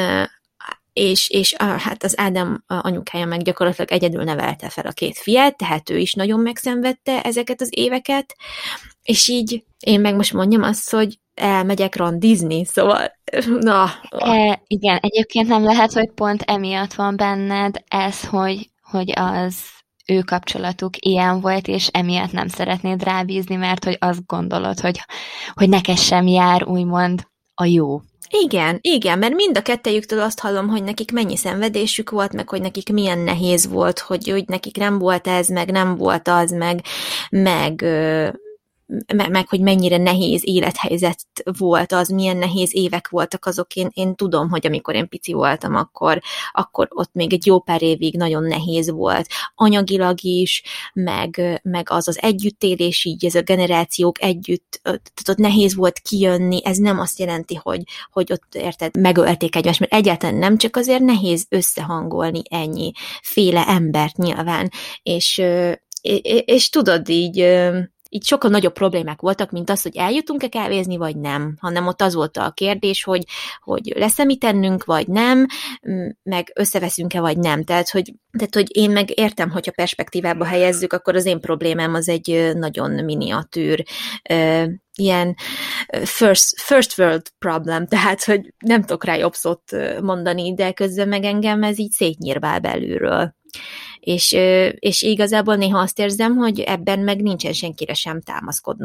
és, és hát az Ádám anyukája meg gyakorlatilag egyedül nevelte fel a két fiát, tehát ő is nagyon megszenvedte ezeket az éveket, és így én meg most mondjam azt, hogy elmegyek randizni, szóval na. E, igen, egyébként nem lehet, hogy pont emiatt van benned ez, hogy, hogy az ő kapcsolatuk ilyen volt, és emiatt nem szeretnéd rábízni, mert hogy azt gondolod, hogy, hogy neked sem jár úgymond a jó. Igen, igen, mert mind a kettejüktől azt hallom, hogy nekik mennyi szenvedésük volt, meg hogy nekik milyen nehéz volt, hogy, hogy nekik nem volt ez, meg nem volt az, meg, meg, meg, meg hogy mennyire nehéz élethelyzet volt az, milyen nehéz évek voltak azok. Én, én tudom, hogy amikor én pici voltam, akkor, akkor ott még egy jó pár évig nagyon nehéz volt. Anyagilag is, meg, meg az az együttélés, így ez a generációk együtt, tehát ott nehéz volt kijönni, ez nem azt jelenti, hogy, hogy ott érted, megölték egymást, mert egyáltalán nem, csak azért nehéz összehangolni ennyi féle embert nyilván, és, és, és tudod így, így sokkal nagyobb problémák voltak, mint az, hogy eljutunk-e kávézni, vagy nem, hanem ott az volt a kérdés, hogy, hogy lesz-e mit tennünk, vagy nem, meg összeveszünk-e, vagy nem. Tehát hogy, tehát, hogy én meg értem, hogyha perspektívába helyezzük, akkor az én problémám az egy nagyon miniatűr, ilyen first, first world problem, tehát, hogy nem tudok rá jobb szót mondani, de közben meg engem ez így szétnyírvál belülről. És, és igazából néha azt érzem, hogy ebben meg nincsen senkire sem támaszkodnom.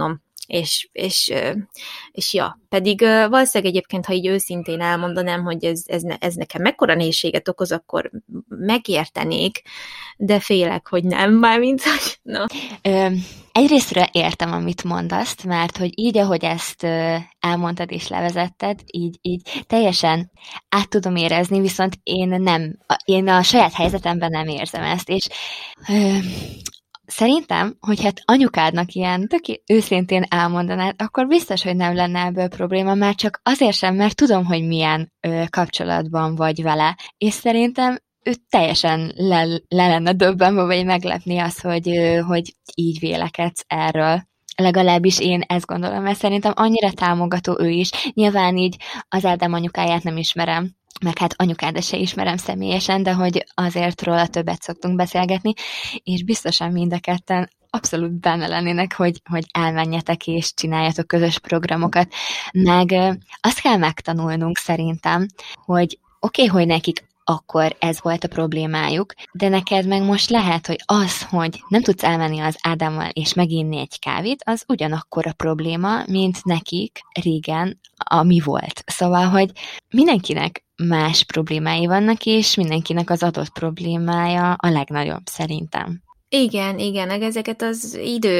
és, és, és ja, pedig valószínűleg egyébként, ha így őszintén elmondanám, hogy ez, ez, ne, ez nekem mekkora nehézséget okoz, akkor megértenék, de félek, hogy nem, mármint, hogy no. Ö, egyrésztről értem, amit mondasz, mert hogy így, ahogy ezt ö, elmondtad és levezetted, így, így teljesen át tudom érezni, viszont én nem, én a saját helyzetemben nem érzem ezt, és ö, szerintem, hogy hát anyukádnak ilyen tök őszintén elmondanád, akkor biztos, hogy nem lenne ebből probléma, már csak azért sem, mert tudom, hogy milyen ö, kapcsolatban vagy vele, és szerintem ő teljesen le, le lenne döbbenve, vagy meglepni az, hogy, ö, hogy így vélekedsz erről. Legalábbis én ezt gondolom, mert szerintem annyira támogató ő is. Nyilván így az Ádám anyukáját nem ismerem, meg hát anyukádat se ismerem személyesen, de hogy azért róla többet szoktunk beszélgetni, és biztosan mind a ketten abszolút benne lennének, hogy, hogy elmenjetek és csináljatok közös programokat. Meg azt kell megtanulnunk szerintem, hogy oké, okay, hogy nekik akkor ez volt a problémájuk, de neked meg most lehet, hogy az, hogy nem tudsz elmenni az Ádámmal és meginni egy kávét, az ugyanakkor a probléma, mint nekik régen, ami volt. Szóval, hogy mindenkinek más problémái vannak, és mindenkinek az adott problémája a legnagyobb, szerintem. Igen, igen, meg ezeket az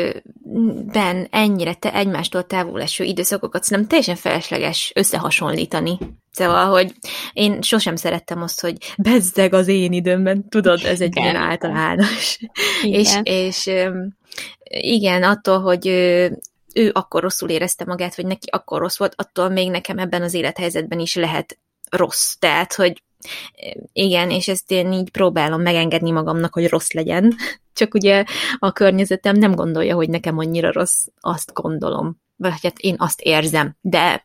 időben ennyire te egymástól távol eső időszakokat szerintem teljesen felesleges összehasonlítani. Szóval, hogy én sosem szerettem azt, hogy bezzeg az én időmben, tudod, ez egy ilyen általános. és, és igen, attól, hogy ő akkor rosszul érezte magát, vagy neki akkor rossz volt, attól még nekem ebben az élethelyzetben is lehet rossz. Tehát, hogy igen, és ezt én így próbálom megengedni magamnak, hogy rossz legyen, csak ugye a környezetem nem gondolja, hogy nekem annyira rossz, azt gondolom. Vagy hát én azt érzem, de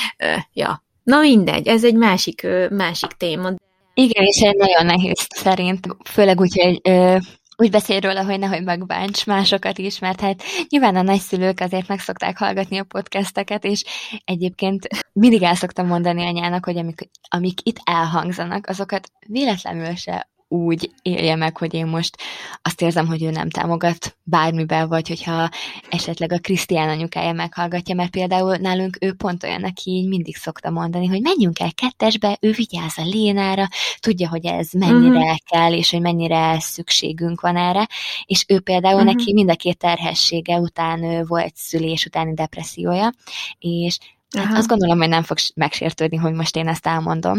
ja, na mindegy, ez egy másik, másik téma. Igen, és egy nagyon nehéz szerint, főleg úgy, hogy ö, úgy beszélj róla, hogy nehogy megbánts másokat is, mert hát nyilván a nagyszülők azért meg szokták hallgatni a podcasteket, és egyébként mindig el szoktam mondani anyának, hogy amik, amik itt elhangzanak, azokat véletlenül se úgy élje meg, hogy én most azt érzem, hogy ő nem támogat bármiben, vagy hogyha esetleg a Krisztián anyukája meghallgatja, mert például nálunk ő pont olyan, aki így mindig szokta mondani, hogy menjünk el kettesbe, ő vigyáz a Lénára, tudja, hogy ez mennyire uh-huh. kell, és hogy mennyire szükségünk van erre, és ő például uh-huh. neki mind a két terhessége után volt szülés utáni depressziója, és hát azt gondolom, hogy nem fog megsértődni, hogy most én ezt elmondom,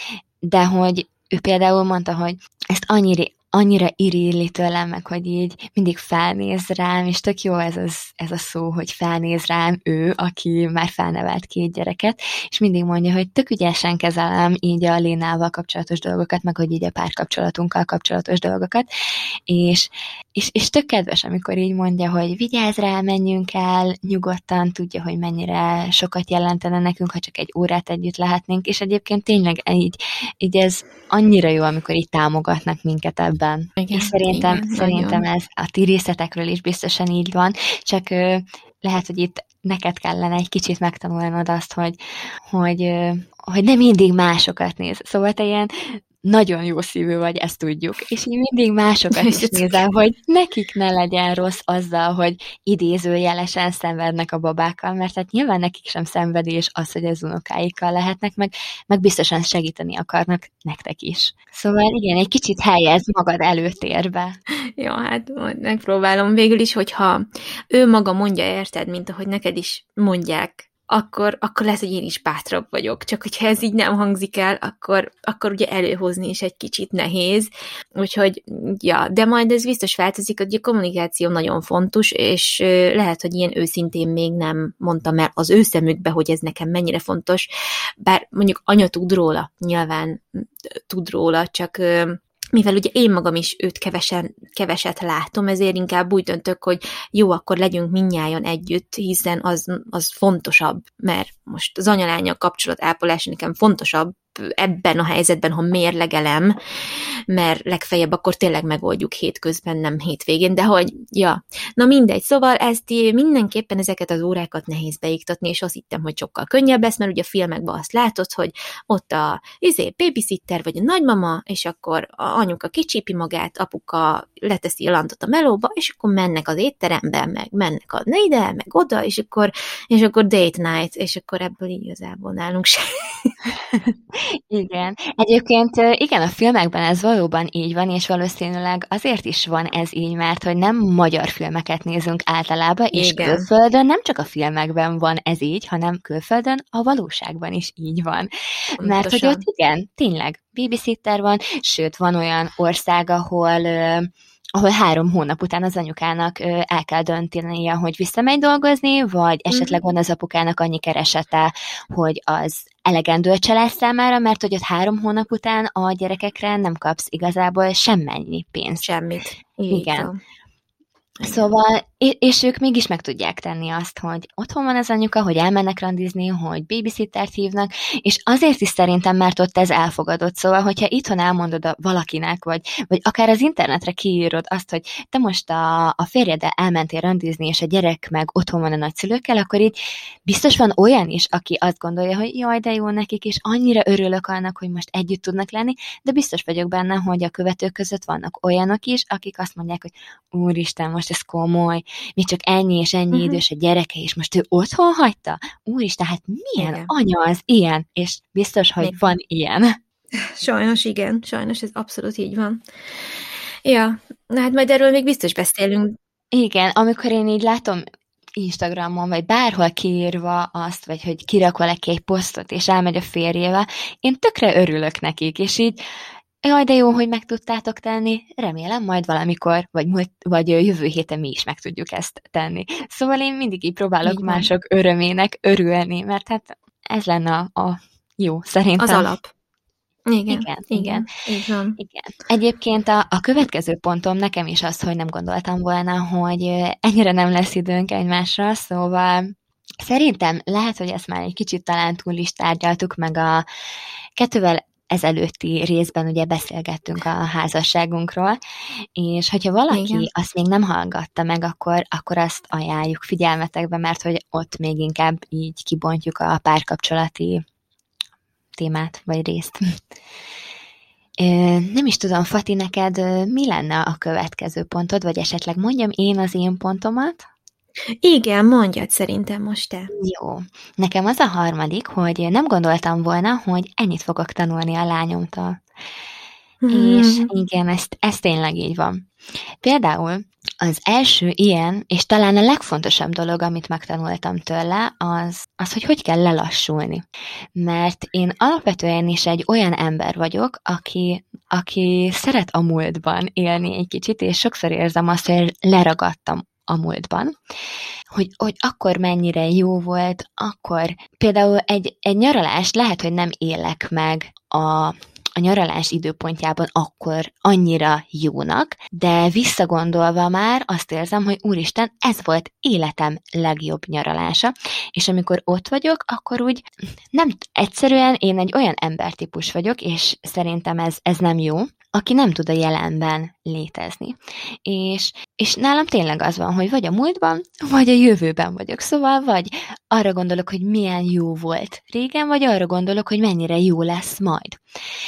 de hogy ő például mondta, hogy ezt annyira, annyira irilli tőlem, meg hogy így mindig felnéz rám, és tök jó ez, az, ez a szó, hogy felnéz rám ő, aki már felnevelt két gyereket, és mindig mondja, hogy tök ügyesen kezelem így a Lénával kapcsolatos dolgokat, meg hogy így a párkapcsolatunkkal kapcsolatos dolgokat, és, és, és tök kedves, amikor így mondja, hogy vigyázz rá, menjünk el, nyugodtan, tudja, hogy mennyire sokat jelentene nekünk, ha csak egy órát együtt lehetnénk, és egyébként tényleg így, így ez annyira jó, amikor így támogatnak minket ebben. Igen, és szerintem, igen, szerintem ez a ti részletekről is biztosan így van, csak ö, lehet, hogy itt neked kellene egy kicsit megtanulnod azt, hogy, hogy, ö, hogy nem mindig másokat néz. Szóval te ilyen nagyon jó szívű vagy, ezt tudjuk. És így mindig másokat is nézel, hogy nekik ne legyen rossz azzal, hogy idézőjelesen szenvednek a babákkal, mert hát nyilván nekik sem szenvedés az, hogy az unokáikkal lehetnek, meg, meg biztosan segíteni akarnak nektek is. Szóval igen, egy kicsit helyezd magad előtérbe. Jó, hát megpróbálom végül is, hogyha ő maga mondja, érted, mint ahogy neked is mondják, akkor, akkor lesz, hogy én is bátrabb vagyok. Csak hogyha ez így nem hangzik el, akkor, akkor ugye előhozni is egy kicsit nehéz. Úgyhogy, ja, de majd ez biztos változik, hogy a kommunikáció nagyon fontos, és lehet, hogy ilyen őszintén még nem mondtam el az ő szemükbe, hogy ez nekem mennyire fontos, bár mondjuk anya tud róla, nyilván tud róla, csak mivel ugye én magam is őt kevesen, keveset látom, ezért inkább úgy döntök, hogy jó, akkor legyünk mindnyájan együtt, hiszen az, az fontosabb, mert most az anyalánya kapcsolat ápolás nekem fontosabb, ebben a helyzetben, ha mérlegelem, mert legfeljebb akkor tényleg megoldjuk hétközben, nem hétvégén, de hogy, ja, na mindegy, szóval ezt mindenképpen ezeket az órákat nehéz beiktatni, és azt hittem, hogy sokkal könnyebb lesz, mert ugye a filmekben azt látod, hogy ott a izé, babysitter, vagy a nagymama, és akkor a anyuka kicsípi magát, apuka leteszi a lantot a melóba, és akkor mennek az étterembe, meg mennek a ide, meg oda, és akkor, és akkor date night, és akkor ebből így igazából nálunk se. Igen. Egyébként igen, a filmekben ez valóban így van, és valószínűleg azért is van ez így, mert hogy nem magyar filmeket nézünk általában, és Igen. külföldön nem csak a filmekben van ez így, hanem külföldön a valóságban is így van. Pontosan. Mert hogy ott igen, tényleg babysitter van, sőt van olyan ország, ahol ahol három hónap után az anyukának ö, el kell döntenie, hogy visszamegy dolgozni, vagy esetleg van az apukának annyi keresete, hogy az elegendő a család számára, mert hogy ott három hónap után a gyerekekre nem kapsz igazából semmennyi pénzt. Semmit. Igen. Van. Szóval, és ők mégis meg tudják tenni azt, hogy otthon van az anyuka, hogy elmennek randizni, hogy babysittert hívnak, és azért is szerintem, mert ott ez elfogadott. Szóval, hogyha itthon elmondod a valakinek, vagy, vagy akár az internetre kiírod azt, hogy te most a, a férjeddel elmentél randizni, és a gyerek meg otthon van a nagyszülőkkel, akkor így biztos van olyan is, aki azt gondolja, hogy jaj, de jó nekik, és annyira örülök annak, hogy most együtt tudnak lenni, de biztos vagyok benne, hogy a követők között vannak olyanok is, akik azt mondják, hogy úristen, most ez komoly, még csak ennyi és ennyi uh-huh. idős a gyereke, és most ő otthon hagyta? Úristen, hát milyen igen. anya az ilyen? És biztos, hogy még van ilyen. Sajnos igen, sajnos ez abszolút így van. Ja, na hát majd erről még biztos beszélünk. Igen, amikor én így látom Instagramon, vagy bárhol kiírva azt, vagy hogy kirak valaki egy posztot, és elmegy a férjével, én tökre örülök nekik, és így jaj, de jó, hogy meg tudtátok tenni, remélem majd valamikor, vagy, múlt, vagy jövő héten mi is meg tudjuk ezt tenni. Szóval én mindig így próbálok így mások örömének örülni, mert hát ez lenne a, a jó, szerintem. Az alap. Igen, igen. igen. igen. igen. Egyébként a, a következő pontom nekem is az, hogy nem gondoltam volna, hogy ennyire nem lesz időnk egymásra, szóval szerintem lehet, hogy ezt már egy kicsit talán túl is tárgyaltuk, meg a kettővel ezelőtti részben ugye beszélgettünk a házasságunkról, és hogyha valaki igen. azt még nem hallgatta meg, akkor, akkor azt ajánljuk figyelmetekbe, mert hogy ott még inkább így kibontjuk a párkapcsolati témát, vagy részt. Nem is tudom, Fati, neked mi lenne a következő pontod, vagy esetleg mondjam én az én pontomat? Igen, mondjad szerintem most te. Jó. Nekem az a harmadik, hogy nem gondoltam volna, hogy ennyit fogok tanulni a lányomtól. Mm. És igen, ez, ez tényleg így van. Például az első ilyen, és talán a legfontosabb dolog, amit megtanultam tőle, az, az, hogy hogy kell lelassulni. Mert én alapvetően is egy olyan ember vagyok, aki, aki szeret a múltban élni egy kicsit, és sokszor érzem azt, hogy leragadtam a múltban, hogy, hogy akkor mennyire jó volt, akkor például egy, egy nyaralást lehet, hogy nem élek meg a a nyaralás időpontjában akkor annyira jónak, de visszagondolva már azt érzem, hogy úristen, ez volt életem legjobb nyaralása, és amikor ott vagyok, akkor úgy nem, egyszerűen én egy olyan embertípus vagyok, és szerintem ez, ez nem jó, aki nem tud a jelenben létezni. És, és nálam tényleg az van, hogy vagy a múltban, vagy a jövőben vagyok. Szóval vagy arra gondolok, hogy milyen jó volt régen, vagy arra gondolok, hogy mennyire jó lesz majd.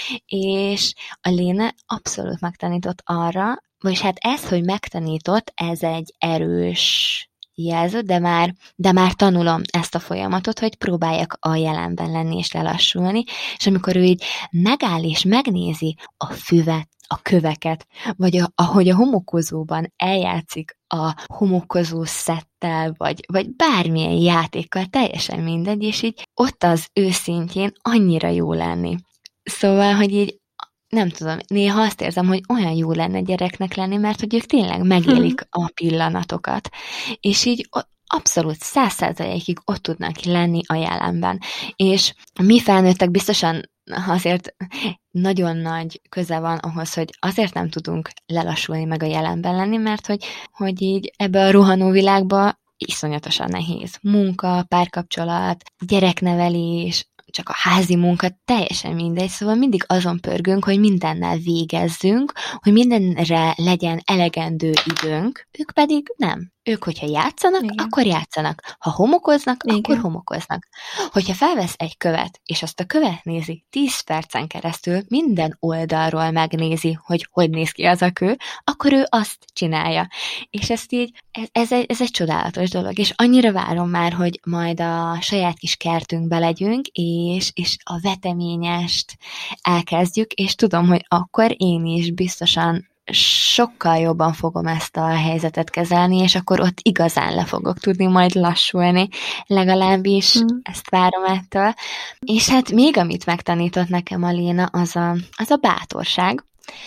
És a Léne abszolút megtanított arra, vagyis hát ez, hogy megtanított, ez egy erős jelző, de már, de már tanulom ezt a folyamatot, hogy próbáljak a jelenben lenni és lelassulni, és amikor ő így megáll és megnézi a füvet, a köveket, vagy a, ahogy a homokozóban eljátszik a homokozó szettel, vagy, vagy bármilyen játékkal, teljesen mindegy, és így ott az ő szintjén annyira jó lenni. Szóval, hogy így nem tudom, néha azt érzem, hogy olyan jó lenne gyereknek lenni, mert hogy ők tényleg megélik a pillanatokat. És így abszolút száz százalékig ott tudnak lenni a jelenben. És mi felnőttek biztosan azért nagyon nagy köze van ahhoz, hogy azért nem tudunk lelassulni meg a jelenben lenni, mert hogy, hogy így ebbe a rohanó világba iszonyatosan nehéz. Munka, párkapcsolat, gyereknevelés, csak a házi munka, teljesen mindegy, szóval mindig azon pörgünk, hogy mindennel végezzünk, hogy mindenre legyen elegendő időnk, ők pedig nem. Ők, hogyha játszanak, igen. akkor játszanak. Ha homokoznak, igen. akkor homokoznak. Hogyha felvesz egy követ, és azt a követ nézi tíz percen keresztül, minden oldalról megnézi, hogy hogy néz ki az a kő, akkor ő azt csinálja. És ezt így, ez, ez, egy, ez egy csodálatos dolog, és annyira várom már, hogy majd a saját kis kertünkbe legyünk, és, és a veteményest elkezdjük, és tudom, hogy akkor én is biztosan sokkal jobban fogom ezt a helyzetet kezelni, és akkor ott igazán le fogok tudni majd lassulni, legalábbis mm. ezt várom ettől. És hát még amit megtanított nekem a Léna, az a, az a bátorság,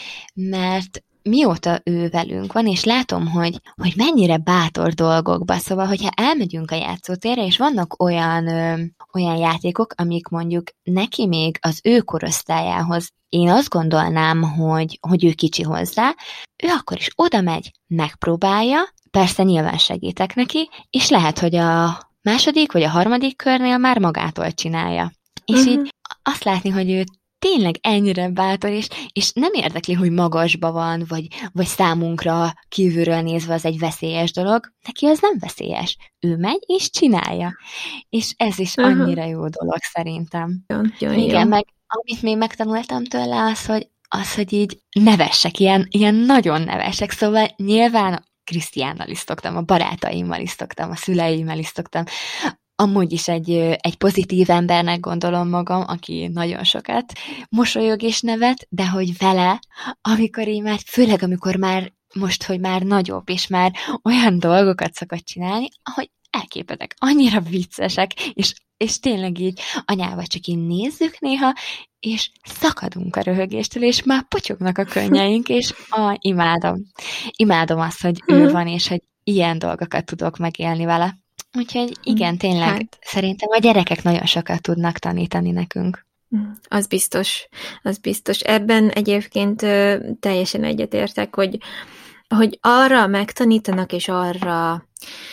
mert mióta ő velünk van, és látom, hogy, hogy mennyire bátor dolgokba, szóval, hogyha elmegyünk a játszótérre, és vannak olyan, ö, olyan játékok, amik mondjuk neki még az ő korosztályához, én azt gondolnám, hogy, hogy ő kicsi hozzá, ő akkor is oda megy, megpróbálja, persze nyilván segítek neki, és lehet, hogy a második vagy a harmadik körnél már magától csinálja. És uh-huh. így azt látni, hogy ő tényleg ennyire bátor, és, és nem érdekli, hogy magasba van, vagy, vagy számunkra kívülről nézve az egy veszélyes dolog. Neki az nem veszélyes. Ő megy, és csinálja. És ez is uh-huh. annyira jó dolog szerintem. Jó, jó, Igen, jó. meg amit még megtanultam tőle, az, hogy, az, hogy így nevesek, ilyen, ilyen nagyon nevesek. Szóval nyilván Krisztiánnal is szoktam, a barátaimmal is szoktam, a szüleimmel is szoktam. Amúgy is egy, egy pozitív embernek gondolom magam, aki nagyon sokat mosolyog és nevet, de hogy vele, amikor így már, főleg amikor már most, hogy már nagyobb, és már olyan dolgokat szokott csinálni, ahogy elképedek, annyira viccesek, és, és tényleg így anyával csak így nézzük néha, és szakadunk a röhögéstől, és már potyognak a könnyeink, és ah, imádom. Imádom azt, hogy ő van, és hogy ilyen dolgokat tudok megélni vele. Úgyhogy igen, tényleg, hát. Szerintem a gyerekek nagyon sokat tudnak tanítani nekünk. Az biztos, az biztos. Ebben egyébként ö, teljesen egyetértek, hogy, hogy arra megtanítanak, és arra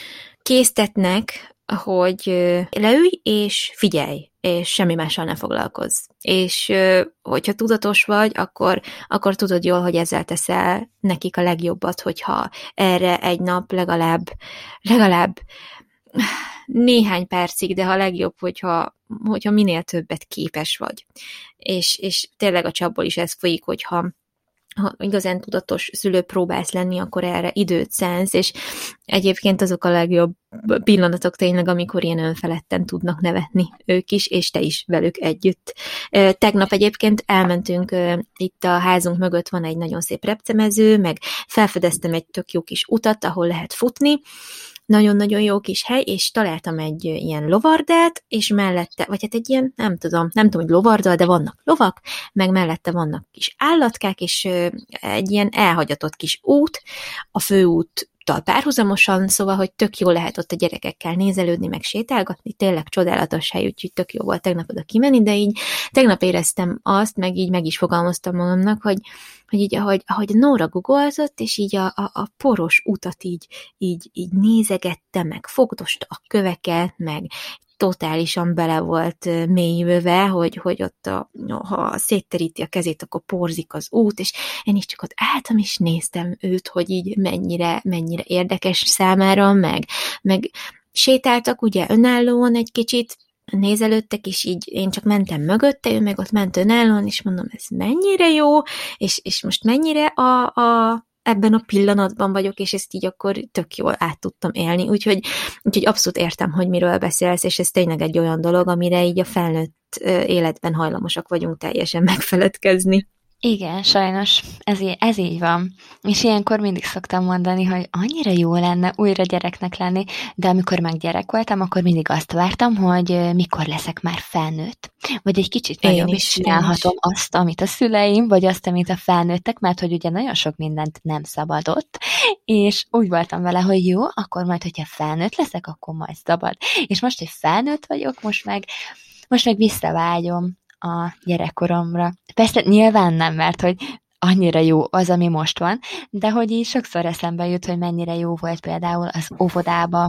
késztetnek, hogy ö, leülj és figyelj, és semmi mással ne foglalkozz. És ö, hogyha tudatos vagy, akkor, akkor tudod jól, hogy ezzel teszel nekik a legjobbat, hogyha erre egy nap legalább, legalább néhány percig, de ha legjobb, hogyha, hogyha minél többet képes vagy. És, és tényleg a csapból is ez folyik, hogyha ha igazán tudatos szülő próbálsz lenni, akkor erre időt szánsz, és egyébként azok a legjobb pillanatok tényleg, amikor ilyen önfeledten tudnak nevetni ők is, és te is velük együtt. Tegnap egyébként elmentünk, itt a házunk mögött van egy nagyon szép repcemező, meg felfedeztem egy tök jó kis utat, ahol lehet futni, nagyon-nagyon jó kis hely, és találtam egy ilyen lovardát, és mellette, vagy hát egy ilyen, nem tudom, nem tudom, hogy lovardal, de vannak lovak, meg mellette vannak kis állatkák, és egy ilyen elhagyatott kis út, a főút párhuzamosan, szóval, hogy tök jó lehet ott a gyerekekkel nézelődni, meg sétálgatni, tényleg csodálatos hely, úgyhogy tök jó volt tegnap oda kimenni, de így tegnap éreztem azt, meg így meg is fogalmaztam magamnak, hogy, hogy így, ahogy, ahogy Nóra googolzott, és így a, a, a poros utat így, így, így nézegette, meg fogdosta a köveket, meg totálisan bele volt mélyülve, hogy, hogy ott a, ha szétteríti a kezét, akkor porzik az út, és én is csak ott álltam, és néztem őt, hogy így mennyire, mennyire érdekes számára, meg, meg sétáltak ugye önállóan egy kicsit, nézelődtek, és így én csak mentem mögötte, ő meg ott ment önállóan, és mondom, ez mennyire jó, és, és most mennyire a, a ebben a pillanatban vagyok, és ezt így akkor tök jól át tudtam élni, úgyhogy, úgyhogy abszolút értem, hogy miről beszélsz, és ez tényleg egy olyan dolog, amire így a felnőtt életben hajlamosak vagyunk teljesen megfeledkezni. Igen, sajnos, ez, ez így van. És ilyenkor mindig szoktam mondani, hogy annyira jó lenne újra gyereknek lenni, de amikor meg gyerek voltam, akkor mindig azt vártam, hogy mikor leszek már felnőtt. Vagy egy kicsit nagyobb is csinálhatom azt, amit a szüleim, vagy azt, amit a felnőttek, mert hogy ugye nagyon sok mindent nem szabadott, és úgy voltam vele, hogy jó, akkor majd, hogyha felnőtt leszek, akkor majd szabad. És most, hogy felnőtt vagyok, most meg, most meg visszavágyom a gyerekkoromra. Persze nyilván nem, mert hogy annyira jó az, ami most van, de hogy így sokszor eszembe jut, hogy mennyire jó volt például az óvodába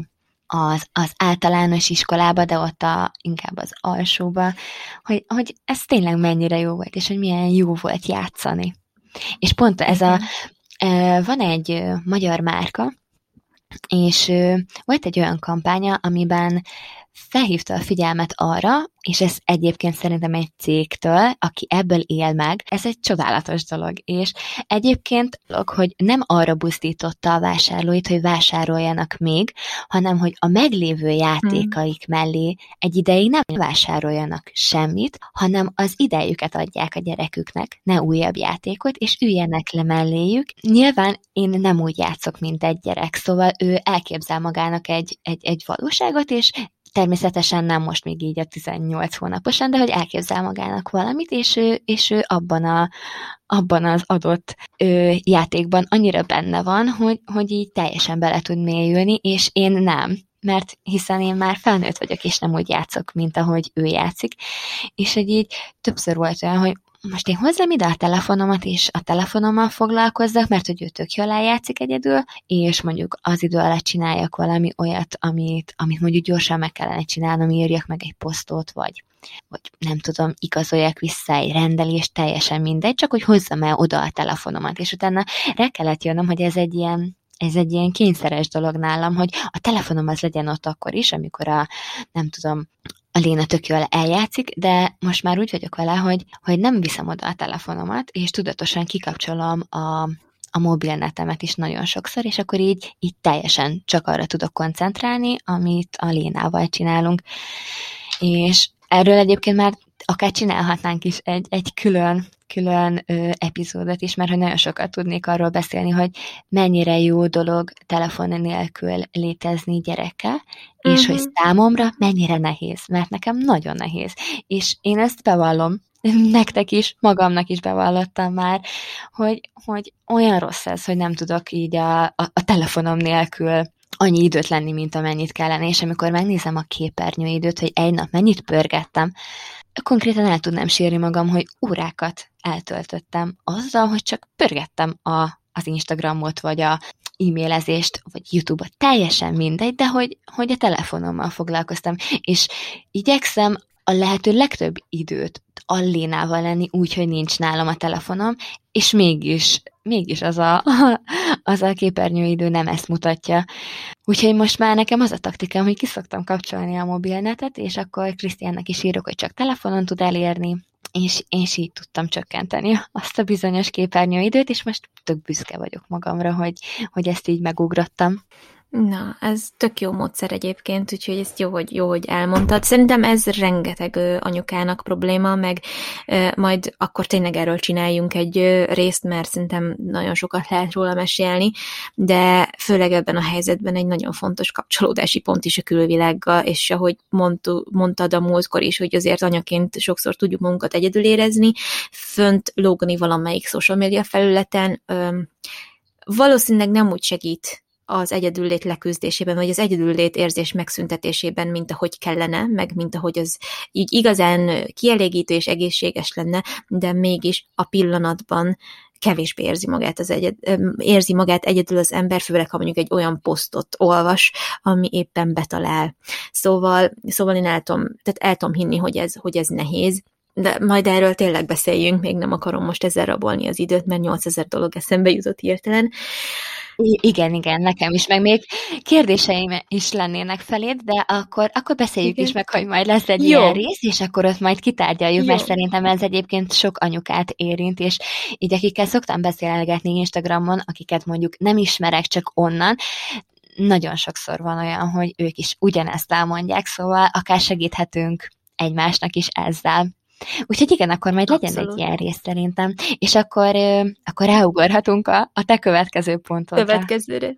az, az általános iskolába, de ott a, inkább az alsóba, hogy, hogy ez tényleg mennyire jó volt, és hogy milyen jó volt játszani. És pont ez a, van egy magyar márka, és volt egy olyan kampánya, amiben felhívta a figyelmet arra, és ez egyébként szerintem egy cégtől, aki ebből él meg, ez egy csodálatos dolog, és egyébként, hogy nem arra buzdította a vásárlóit, hogy vásároljanak még, hanem, hogy a meglévő játékaik mellé egy ideig nem vásároljanak semmit, hanem az idejüket adják a gyereküknek, ne újabb játékot, és üljenek le melléjük. Nyilván én nem úgy játszok, mint egy gyerek, szóval ő elképzel magának egy, egy, egy valóságot, és természetesen nem most még így a tizennyolc hónaposan, de hogy elképzel magának valamit, és ő, és ő abban, a, abban az adott ö, játékban annyira benne van, hogy, hogy így teljesen bele tud mélyülni, és én nem, mert hiszen én már felnőtt vagyok, és nem úgy játszok, mint ahogy ő játszik, és hogy így többször volt olyan, hogy most én hozzám ide a telefonomat, és a telefonommal foglalkozzak, mert hogy ő tök jól eljátszik egyedül, és mondjuk az idő alatt csináljak valami olyat, amit, amit mondjuk gyorsan meg kellene csinálnom, írjak meg egy posztot, vagy, vagy nem tudom, igazoljak vissza egy rendelést, teljesen mindegy, csak hogy hozzam el oda a telefonomat, és utána rá kellett jönnöm, hogy ez egy ilyen ez egy ilyen kényszeres dolog nálam, hogy a telefonom az legyen ott akkor is, amikor a, nem tudom, a Léna tök jól eljátszik, de most már úgy vagyok vele, hogy, hogy nem viszem oda a telefonomat, és tudatosan kikapcsolom a, a mobilnetemet is nagyon sokszor, és akkor így, így teljesen csak arra tudok koncentrálni, amit a Lénával csinálunk. És erről egyébként már akár csinálhatnánk is egy, egy külön, külön ö, epizódot is, mert hogy nagyon sokat tudnék arról beszélni, hogy mennyire jó dolog telefon nélkül létezni gyerekkel, és uh-huh. hogy számomra mennyire nehéz, mert nekem nagyon nehéz. És én ezt bevallom, nektek is, magamnak is bevallottam már, hogy, hogy olyan rossz ez, hogy nem tudok így a, a, a telefonom nélkül annyi időt lenni, mint amennyit kellene, és amikor megnézem a képernyőidőt, hogy egy nap mennyit pörgettem, konkrétan el tudnám sírni magam, hogy órákat eltöltöttem azzal, hogy csak pörgettem a, az Instagramot, vagy a e-mailezést, vagy YouTube-ot, teljesen mindegy, de hogy, hogy a telefonommal foglalkoztam, és igyekszem a lehető legtöbb időt a Lénával lenni úgy, hogy nincs nálam a telefonom, és mégis, mégis az a, az a képernyőidő nem ezt mutatja. Úgyhogy most már nekem az a taktikám, hogy kiszoktam kapcsolni a mobilnetet, és akkor Krisztiánnak is írok, hogy csak telefonon tud elérni, és én is így tudtam csökkenteni azt a bizonyos képernyőidőt, és most tök büszke vagyok magamra, hogy, hogy ezt így megugrottam. Na, ez tök jó módszer egyébként, úgyhogy ezt jó, hogy, jó, hogy elmondtad. Szerintem ez rengeteg ö, anyukának probléma, meg ö, majd akkor tényleg erről csináljunk egy ö, részt, mert szerintem nagyon sokat lehet róla mesélni, de főleg ebben a helyzetben egy nagyon fontos kapcsolódási pont is a külvilággal, és ahogy mondtu, mondtad a múltkor is, hogy azért anyaként sokszor tudjuk magunkat egyedül érezni, fönt lógni valamelyik social media felületen, ö, valószínűleg nem úgy segít az egyedüllét leküzdésében, vagy az egyedüllét érzés megszüntetésében, mint ahogy kellene, meg mint ahogy az így igazán kielégítő és egészséges lenne, de mégis a pillanatban kevésbé érzi magát, az egyed, érzi magát egyedül az ember, főleg ha mondjuk egy olyan posztot olvas, ami éppen betalál. Szóval, szóval én el tudom, tehát el tudom hinni, hogy ez, hogy ez nehéz, de majd erről tényleg beszéljünk, még nem akarom most ezzel rabolni az időt, mert nyolcezer dolog eszembe jutott hirtelen. Igen, igen, nekem is, meg még kérdéseim is lennének feléd, de akkor, akkor beszéljük igen. is meg, hogy majd lesz egy Jó. ilyen rész, és akkor ott majd kitárgyaljuk, Jó. mert szerintem ez egyébként sok anyukát érint, és így akikkel szoktam beszélgetni Instagramon, akiket mondjuk nem ismerek, csak onnan, nagyon sokszor van olyan, hogy ők is ugyanezt elmondják, szóval akár segíthetünk egymásnak is ezzel. Úgyhogy igen, akkor majd legyen Abszolút. egy ilyen rész szerintem, és akkor, akkor ráugorhatunk a, a te következő pontodra. Következőre.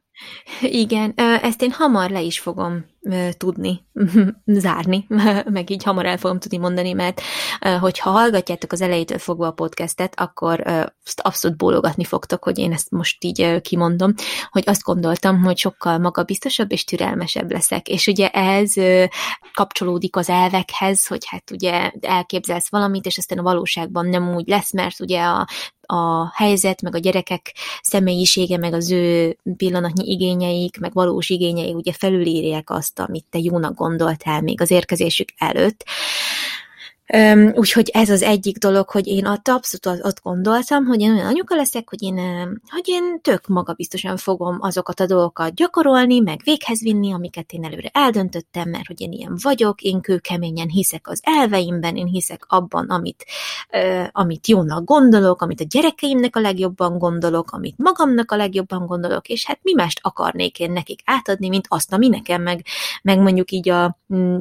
Igen, ezt én hamar le is fogom tudni zárni, meg így hamar el fogom tudni mondani, mert hogyha hallgatjátok az elejétől fogva a podcastet, akkor abszolút bólogatni fogtok, hogy én ezt most így kimondom, hogy azt gondoltam, hogy sokkal magabiztosabb és türelmesebb leszek, és ugye ez kapcsolódik az elvekhez, hogy hát ugye elképzelsz valamit, és aztán a valóságban nem úgy lesz, mert ugye a a helyzet, meg a gyerekek személyisége, meg az ő pillanatnyi igényeik, meg valós igényeik ugye felülírják azt, amit te jónak gondoltál még az érkezésük előtt. Um, úgyhogy ez az egyik dolog, hogy én abszolút azt gondoltam, hogy én olyan anyuka leszek, hogy én, hogy én tök magabiztosan fogom azokat a dolgokat gyakorolni, meg véghez vinni, amiket én előre eldöntöttem, mert hogy én ilyen vagyok, én kőkeményen hiszek az elveimben, én hiszek abban, amit, uh, amit jónak gondolok, amit a gyerekeimnek a legjobban gondolok, amit magamnak a legjobban gondolok, és hát mi mást akarnék én nekik átadni, mint azt, ami nekem, meg, meg mondjuk így a,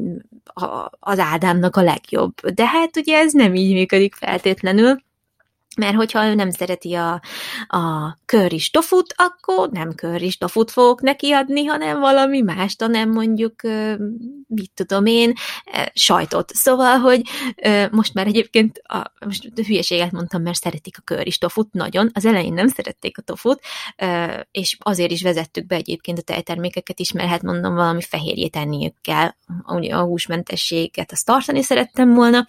a, az Ádámnak a legjobb. De hát ugye ez nem így működik feltétlenül, mert hogyha ő nem szereti a, a currys tofut, akkor nem currys tofut fogok neki adni, hanem valami mást, hanem mondjuk, mit tudom én, sajtot. Szóval, hogy most már egyébként, a, most hülyeséget mondtam, mert szeretik a currys tofut nagyon, az elején nem szerették a tofut, és azért is vezettük be egyébként a tejtermékeket is, mert hát mondom, valami fehérjét enniük kell, a húsmentességet azt tartani szerettem volna,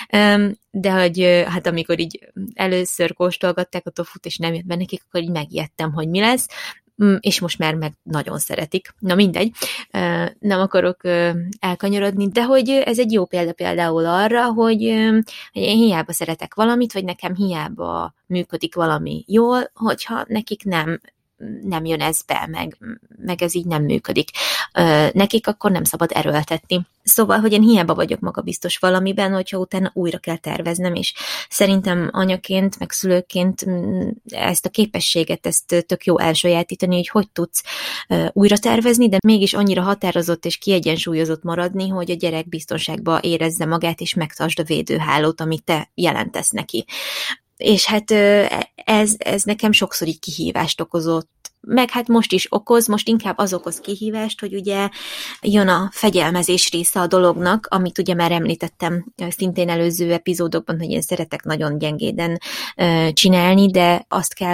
de hogy hát amikor így először kóstolgatták a tofut, és nem jött be nekik, akkor így megijedtem, hogy mi lesz, és most már meg nagyon szeretik. Na mindegy, nem akarok elkanyarodni, de hogy ez egy jó példa például arra, hogy én hiába szeretek valamit, vagy nekem hiába működik valami jól, hogyha nekik nem nem jön ez be, meg, meg ez így nem működik. Nekik akkor nem szabad erőltetni. Szóval, hogy én hiába vagyok magabiztos valamiben, hogyha utána újra kell terveznem, és szerintem anyaként, meg szülőként ezt a képességet, ezt tök jó elsajátítani, hogy hogy tudsz újra tervezni, de mégis annyira határozott és kiegyensúlyozott maradni, hogy a gyerek biztonságban érezze magát, és megtartsd a védőhálót, amit te jelentesz neki. És hát ez, ez nekem sokszor így kihívást okozott, meg hát most is okoz, most inkább az okoz kihívást, hogy ugye jön a fegyelmezés része a dolognak, amit ugye már említettem szintén előző epizódokban, hogy én szeretek nagyon gyengéden csinálni, de azt kell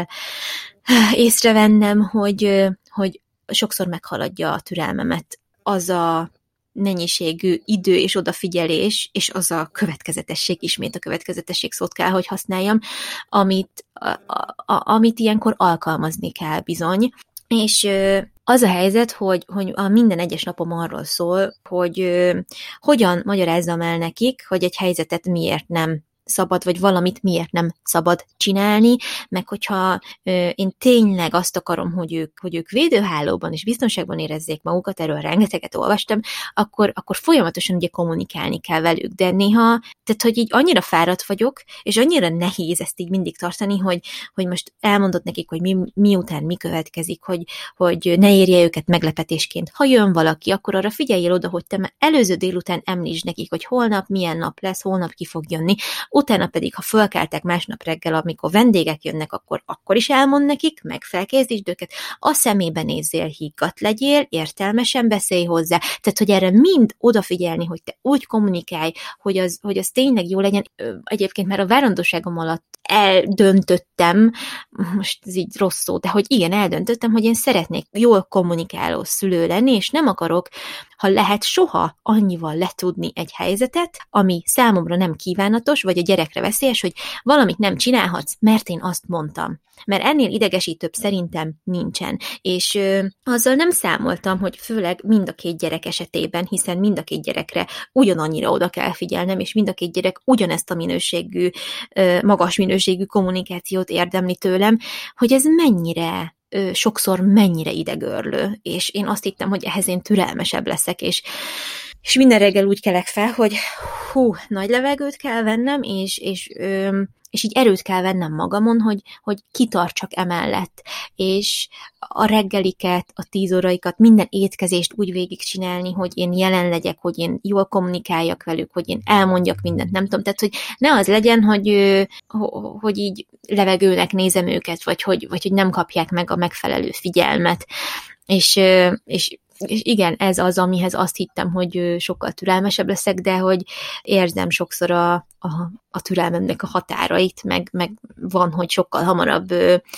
észrevennem, hogy, hogy sokszor meghaladja a türelmemet az a mennyiségű idő és odafigyelés, és az a következetesség, ismét a következetesség szót kell, hogy használjam, amit, a, a, amit ilyenkor alkalmazni kell bizony. És az a helyzet, hogy, hogy a minden egyes napom arról szól, hogy hogyan magyarázzam el nekik, hogy egy helyzetet miért nem szabad, vagy valamit miért nem szabad csinálni, meg hogyha ö, én tényleg azt akarom, hogy ők, hogy ők védőhálóban és biztonságban érezzék magukat, erről rengeteget olvastam, akkor, akkor folyamatosan ugye kommunikálni kell velük, de néha, tehát hogy így annyira fáradt vagyok, és annyira nehéz ezt így mindig tartani, hogy, hogy most elmondod nekik, hogy mi, miután mi következik, hogy, hogy ne érje őket meglepetésként. Ha jön valaki, akkor arra figyeljél oda, hogy te már előző délután említsd nekik, hogy holnap milyen nap lesz, holnap ki fog jönni, utána pedig, ha fölkeltek másnap reggel, amikor vendégek jönnek, akkor, akkor is elmond nekik, meg felkészítsd őket, a szemébe nézzél, higgadt legyél, értelmesen beszélj hozzá, tehát, hogy erre mind odafigyelni, hogy te úgy kommunikálj, hogy az, hogy az tényleg jó legyen. Egyébként már a várandóságom alatt eldöntöttem, most ez így rossz szó, de hogy igen, eldöntöttem, hogy én szeretnék jól kommunikáló szülő lenni, és nem akarok, ha lehet, soha annyival letudni egy helyzetet, ami számomra nem kívánatos, vagy a gyerekre veszélyes, hogy valamit nem csinálhatsz, mert én azt mondtam. Mert ennél idegesítőbb szerintem nincsen. És ö, azzal nem számoltam, hogy főleg mind a két gyerek esetében, hiszen mind a két gyerekre ugyanannyira oda kell figyelnem, és mind a két gyerek ugyanezt a minőségű, ö, magas minőségű kommunikációt érdemli tőlem, hogy ez mennyire ö, sokszor mennyire idegörlő, és én azt hittem, hogy ehhez én türelmesebb leszek, és és minden reggel úgy kelek fel, hogy hú, nagy levegőt kell vennem, és, és, ö, és így erőt kell vennem magamon, hogy, hogy kitartsak emellett, és a reggeliket, a tíz óraikat, minden étkezést úgy végigcsinálni, hogy én jelen legyek, hogy én jól kommunikáljak velük, hogy én elmondjak mindent, nem tudom, tehát, hogy ne az legyen, hogy, hogy így levegőnek nézem őket, vagy hogy, vagy hogy nem kapják meg a megfelelő figyelmet, és, és És igen, ez az, amihez azt hittem, hogy sokkal türelmesebb leszek, de hogy érzem sokszor a, a, a türelmemnek a határait, meg, meg van, hogy sokkal hamarabb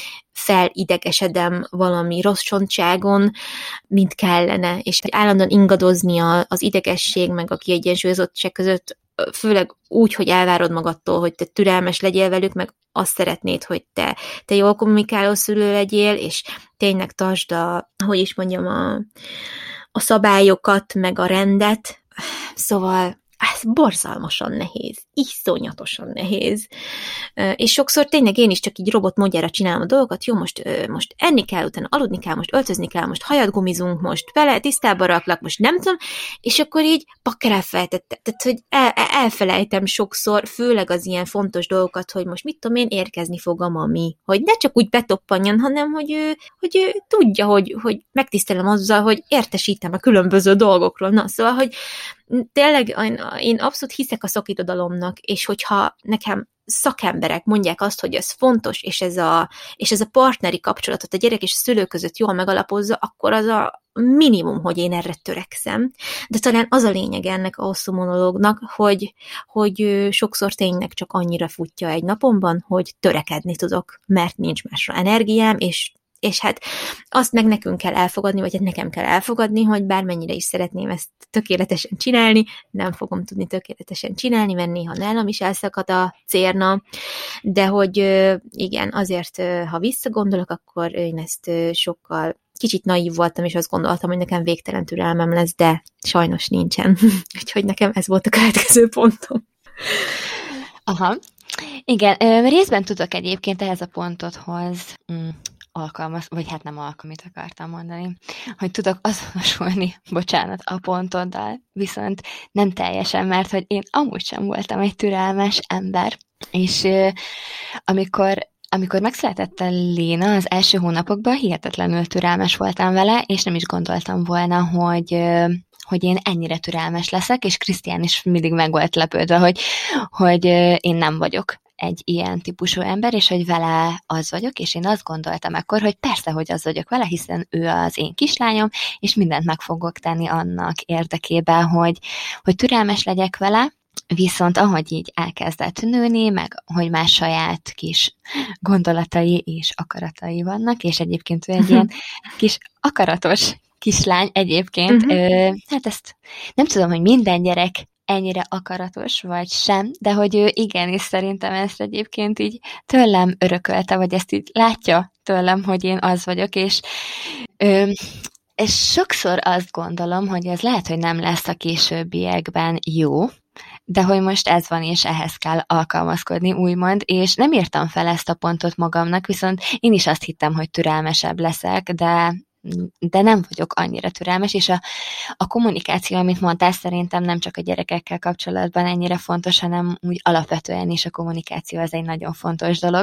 felidegesedem valami rossz csontságon, mint kellene, és állandóan ingadozni az idegesség, meg a kiegyensúlyozottság között, főleg úgy, hogy elvárod magadtól, hogy te türelmes legyél velük, meg azt szeretnéd, hogy te, te jól kommunikáló szülő legyél, és tényleg tartsd a, hogy is mondjam, a, a szabályokat, meg a rendet. Szóval ez borzalmasan nehéz, iszonyatosan nehéz. És sokszor tényleg én is csak így robot módjára csinálom a dolgokat, jó, most, most enni kell, utána aludni kell, most öltözni kell, most hajat gumizunk, most vele tisztába raklak, most nem tudom, és akkor így bakker elfelejtette. Tehát, hogy el, elfelejtem sokszor, főleg az ilyen fontos dolgokat, hogy most mit tudom én, érkezni fog a mami. Hogy ne csak úgy betoppanjon, hanem hogy ő, hogy ő tudja, hogy, hogy megtisztelem azzal, hogy értesítem a különböző dolgokról. Na, szóval, hogy tényleg én abszolút hiszek a szakirodalomnak, és hogyha nekem szakemberek mondják azt, hogy ez fontos, és ez a, és ez a partneri kapcsolatot a gyerek és a szülő között jól megalapozza, akkor az a minimum, hogy én erre törekszem. De talán az a lényeg ennek a hosszú monológnak, hogy, hogy sokszor tényleg csak annyira futja egy napomban, hogy törekedni tudok, mert nincs másra energiám, és és hát azt meg nekünk kell elfogadni, vagy hát nekem kell elfogadni, hogy bármennyire is szeretném ezt tökéletesen csinálni, nem fogom tudni tökéletesen csinálni, mert néha nálam is elszakad a cérna, de hogy igen, azért, ha visszagondolok, akkor én ezt sokkal kicsit naív voltam, és azt gondoltam, hogy nekem végtelen türelmem lesz, de sajnos nincsen. Úgyhogy nekem ez volt a következő pontom. Aha. Igen, részben tudok egyébként ehhez a pontodhoz mm. alkalmaz, vagy hát nem alkalmit akartam mondani, hogy tudok azonosulni, bocsánat, a pontoddal, viszont nem teljesen, mert hogy én amúgy sem voltam egy türelmes ember, és euh, amikor, amikor megszületett a Léna, az első hónapokban hihetetlenül türelmes voltam vele, és nem is gondoltam volna, hogy euh, hogy én ennyire türelmes leszek, és Krisztián is mindig meg volt lepődve, hogy, hogy euh, én nem vagyok egy ilyen típusú ember, és hogy vele az vagyok, és én azt gondoltam akkor, hogy persze, hogy az vagyok vele, hiszen ő az én kislányom, és mindent meg fogok tenni annak érdekében, hogy, hogy türelmes legyek vele, viszont ahogy így elkezdett nőni, meg hogy más saját kis gondolatai és akaratai vannak, és egyébként ő egy ilyen kis akaratos kislány egyébként, uh-huh. ö, hát ezt nem tudom, hogy minden gyerek ennyire akaratos, vagy sem, de hogy ő igenis szerintem ezt egyébként így tőlem örökölte, vagy ezt így látja tőlem, hogy én az vagyok, és, ö, és sokszor azt gondolom, hogy ez lehet, hogy nem lesz a későbbiekben jó, de hogy most ez van, és ehhez kell alkalmazkodni, úgymond, és nem írtam fel ezt a pontot magamnak, viszont én is azt hittem, hogy türelmesebb leszek, de de nem vagyok annyira türelmes, és a, a kommunikáció, amit mondtál, szerintem nem csak a gyerekekkel kapcsolatban ennyire fontos, hanem úgy alapvetően is a kommunikáció az egy nagyon fontos dolog,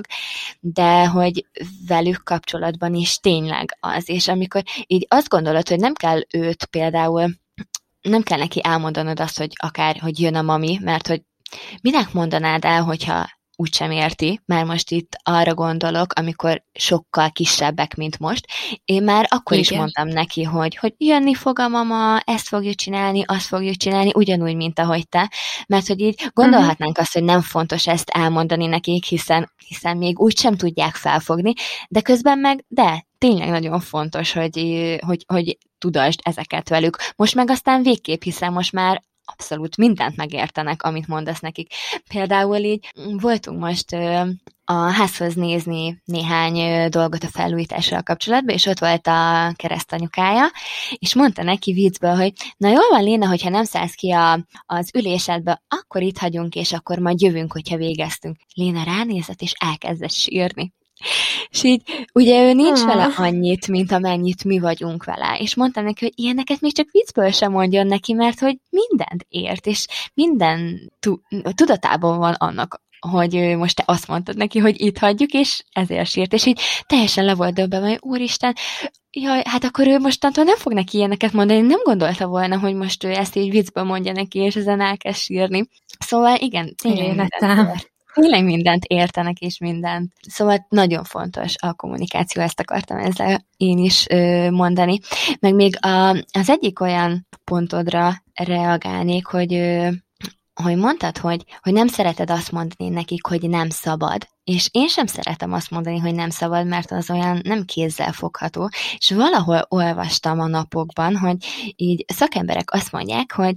de hogy velük kapcsolatban is tényleg az, és amikor így azt gondolod, hogy nem kell őt például, nem kell neki elmondanod azt, hogy akár, hogy jön a mami, mert hogy minek mondanád el, hogyha úgysem érti, mert most itt arra gondolok, amikor sokkal kisebbek, mint most. Én már akkor Igen. is mondtam neki, hogy, hogy jönni fog a mama, ezt fogjuk csinálni, azt fogjuk csinálni, ugyanúgy, mint ahogy te, mert hogy így gondolhatnánk uh-huh. azt, hogy nem fontos ezt elmondani nekik, hiszen, hiszen még úgysem tudják felfogni, de közben meg, de tényleg nagyon fontos, hogy, hogy, hogy tudasd ezeket velük. Most meg aztán végképp, hiszen most már abszolút mindent megértenek, amit mondasz nekik. Például így voltunk most ö, a házhoz nézni néhány ö, dolgot a felújítással kapcsolatban, és ott volt a keresztanyukája, és mondta neki viccből, hogy na jól van, Léna, hogyha nem szállsz ki a, az ülésedbe, akkor itt hagyunk, és akkor majd jövünk, hogyha végeztünk. Léna ránézett, és elkezdett sírni. És így, ugye ő nincs ah. vele annyit, mint amennyit mi vagyunk vele, és mondtam neki, hogy ilyeneket még csak viccből sem mondjon neki, mert hogy mindent ért, és minden tudatában van annak, hogy most te azt mondtad neki, hogy itt hagyjuk, és ezért sírt, és így teljesen le volt döbbenve, hogy úristen, jaj, hát akkor ő mostantól nem fog neki ilyeneket mondani, nem gondolta volna, hogy most ő ezt így viccből mondja neki, és ezen elkezd sírni. Szóval igen, tényleg Tényleg mindent értenek, és mindent. Szóval nagyon fontos a kommunikáció, ezt akartam ezzel én is ö, mondani. Meg még a, az egyik olyan pontodra reagálnék, hogy, ö, hogy mondtad, hogy, hogy nem szereted azt mondani nekik, hogy nem szabad. És én sem szeretem azt mondani, hogy nem szabad, mert az olyan nem kézzel fogható. És valahol olvastam a napokban, hogy így szakemberek azt mondják, hogy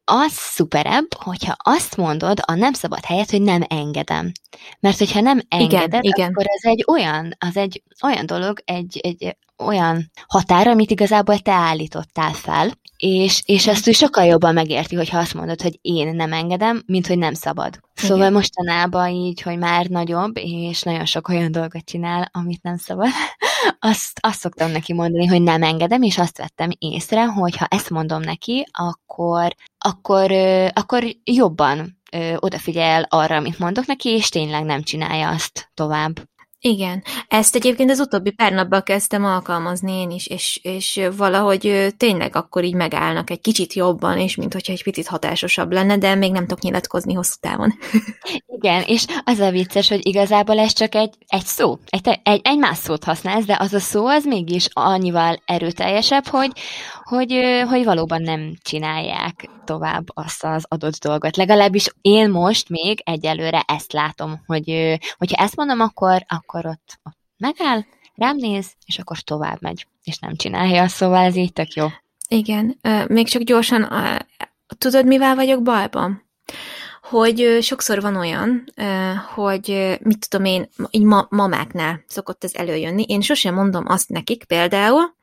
az szuperebb, hogyha azt mondod a nem szabad helyett, hogy nem engedem. Mert hogyha nem engeded, igen, akkor ez egy olyan, az egy olyan dolog, egy, egy olyan határ, amit igazából te állítottál fel, és, és ezt úgy sokkal jobban megérti, hogyha azt mondod, hogy én nem engedem, mint hogy nem szabad. Szóval igen. Mostanában így, hogy már nagyobb, és nagyon sok olyan dolgot csinál, amit nem szabad, azt, azt szoktam neki mondani, hogy nem engedem, és azt vettem észre, hogy ha ezt mondom neki, akkor, akkor, akkor jobban odafigyel arra, amit mondok neki, és tényleg nem csinálja azt tovább. Igen. Ezt egyébként az utóbbi pár napban kezdtem alkalmazni én is, és, és valahogy tényleg akkor így megállnak egy kicsit jobban, és mint hogyha egy picit hatásosabb lenne, de még nem tudok nyilatkozni hosszú távon. Igen, és az a vicces, hogy igazából ez csak egy, egy szó, egy, egy, egy más szót használsz, de az a szó az mégis annyival erőteljesebb, hogy, hogy, hogy valóban nem csinálják tovább azt az adott dolgot. Legalábbis én most még egyelőre ezt látom, hogy hogyha ezt mondom, akkor, akkor ott, ott megáll, rám néz, és akkor tovább megy, és nem csinálja, szóval ez így tök jó. Igen, még csak gyorsan, tudod, mivel vagyok bajban? Hogy sokszor van olyan, hogy mit tudom én, így ma, mamáknál szokott ez előjönni. Én sosem mondom azt nekik például,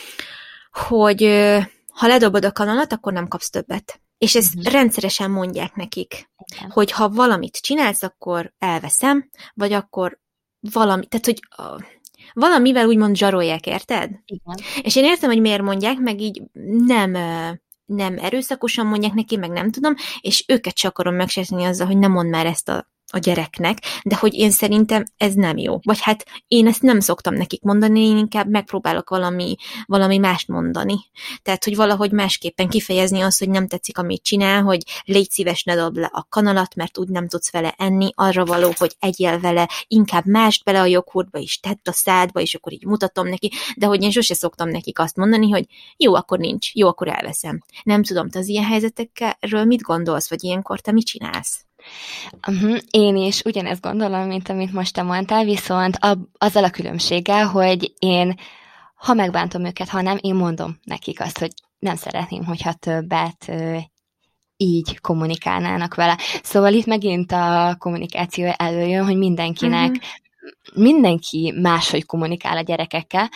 hogy ha ledobod a kanalat, akkor nem kapsz többet. És ezt mm-hmm. rendszeresen mondják nekik, igen. hogy ha valamit csinálsz, akkor elveszem, vagy akkor valami, tehát hogy valamivel úgymond zsarolják, érted? Igen. És én értem, hogy miért mondják, meg így nem... nem erőszakosan mondják neki, meg nem tudom, és őket se akarom megsérteni azzal, hogy nem mond már ezt a, a gyereknek, de hogy én szerintem ez nem jó. Vagy hát én ezt nem szoktam nekik mondani, én inkább megpróbálok valami, valami mást mondani. Tehát, hogy valahogy másképpen kifejezni azt, hogy nem tetszik, amit csinál, hogy légy szíves, ne dobd le a kanalat, mert úgy nem tudsz vele enni, arra való, hogy egyél vele, inkább mást bele a joghurtba is, tedd a szádba, és akkor így mutatom neki, de hogy én sose szoktam nekik azt mondani, hogy jó, akkor nincs, jó, akkor elveszem. Nem tudom, te az ilyen helyzetekről mit gondolsz, vagy ilyenkor te mit csinálsz? Uh-huh. Én is ugyanezt gondolom, mint amit most te mondtál, viszont ab, azzal a különbséggel, hogy én, ha megbántom őket, ha nem, én mondom nekik azt, hogy nem szeretném, hogyha többet ö, így kommunikálnának vele. Szóval itt megint a kommunikáció előjön, hogy mindenkinek, uh-huh. mindenki máshogy kommunikál a gyerekekkel,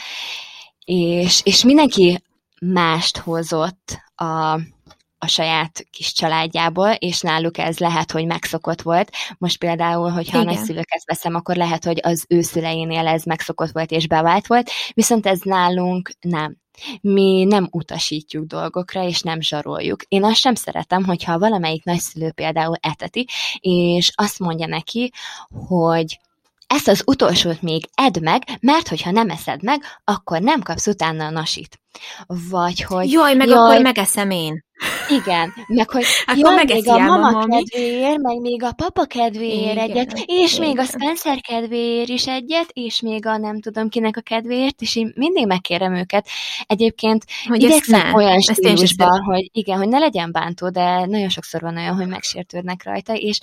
és, és mindenki mást hozott a a saját kis családjából, és náluk ez lehet, hogy megszokott volt. Most például, hogyha igen. a nagyszülőket veszem, akkor lehet, hogy az ő szüleinél ez megszokott volt és bevált volt, viszont ez nálunk nem. Mi nem utasítjuk dolgokra, és nem zsaroljuk. Én azt sem szeretem, hogyha valamelyik nagyszülő például eteti, és azt mondja neki, hogy ezt az utolsót még edd meg, mert hogyha nem eszed meg, akkor nem kapsz utána a nasit. Vagy hogy... Jaj, meg jaj, akkor megeszem én. Igen, meg hogy jaj, még a mama a kedvéért, meg még a papa kedvéért igen, egyet, és igen. még a Spencer kedvéért is egyet, és még a nem tudom kinek a kedvéért, és én mindig megkérem őket. Egyébként igyekszem olyan stílusban, hogy igen, hogy ne legyen bántó, de nagyon sokszor van olyan, hogy megsértődnek rajta, és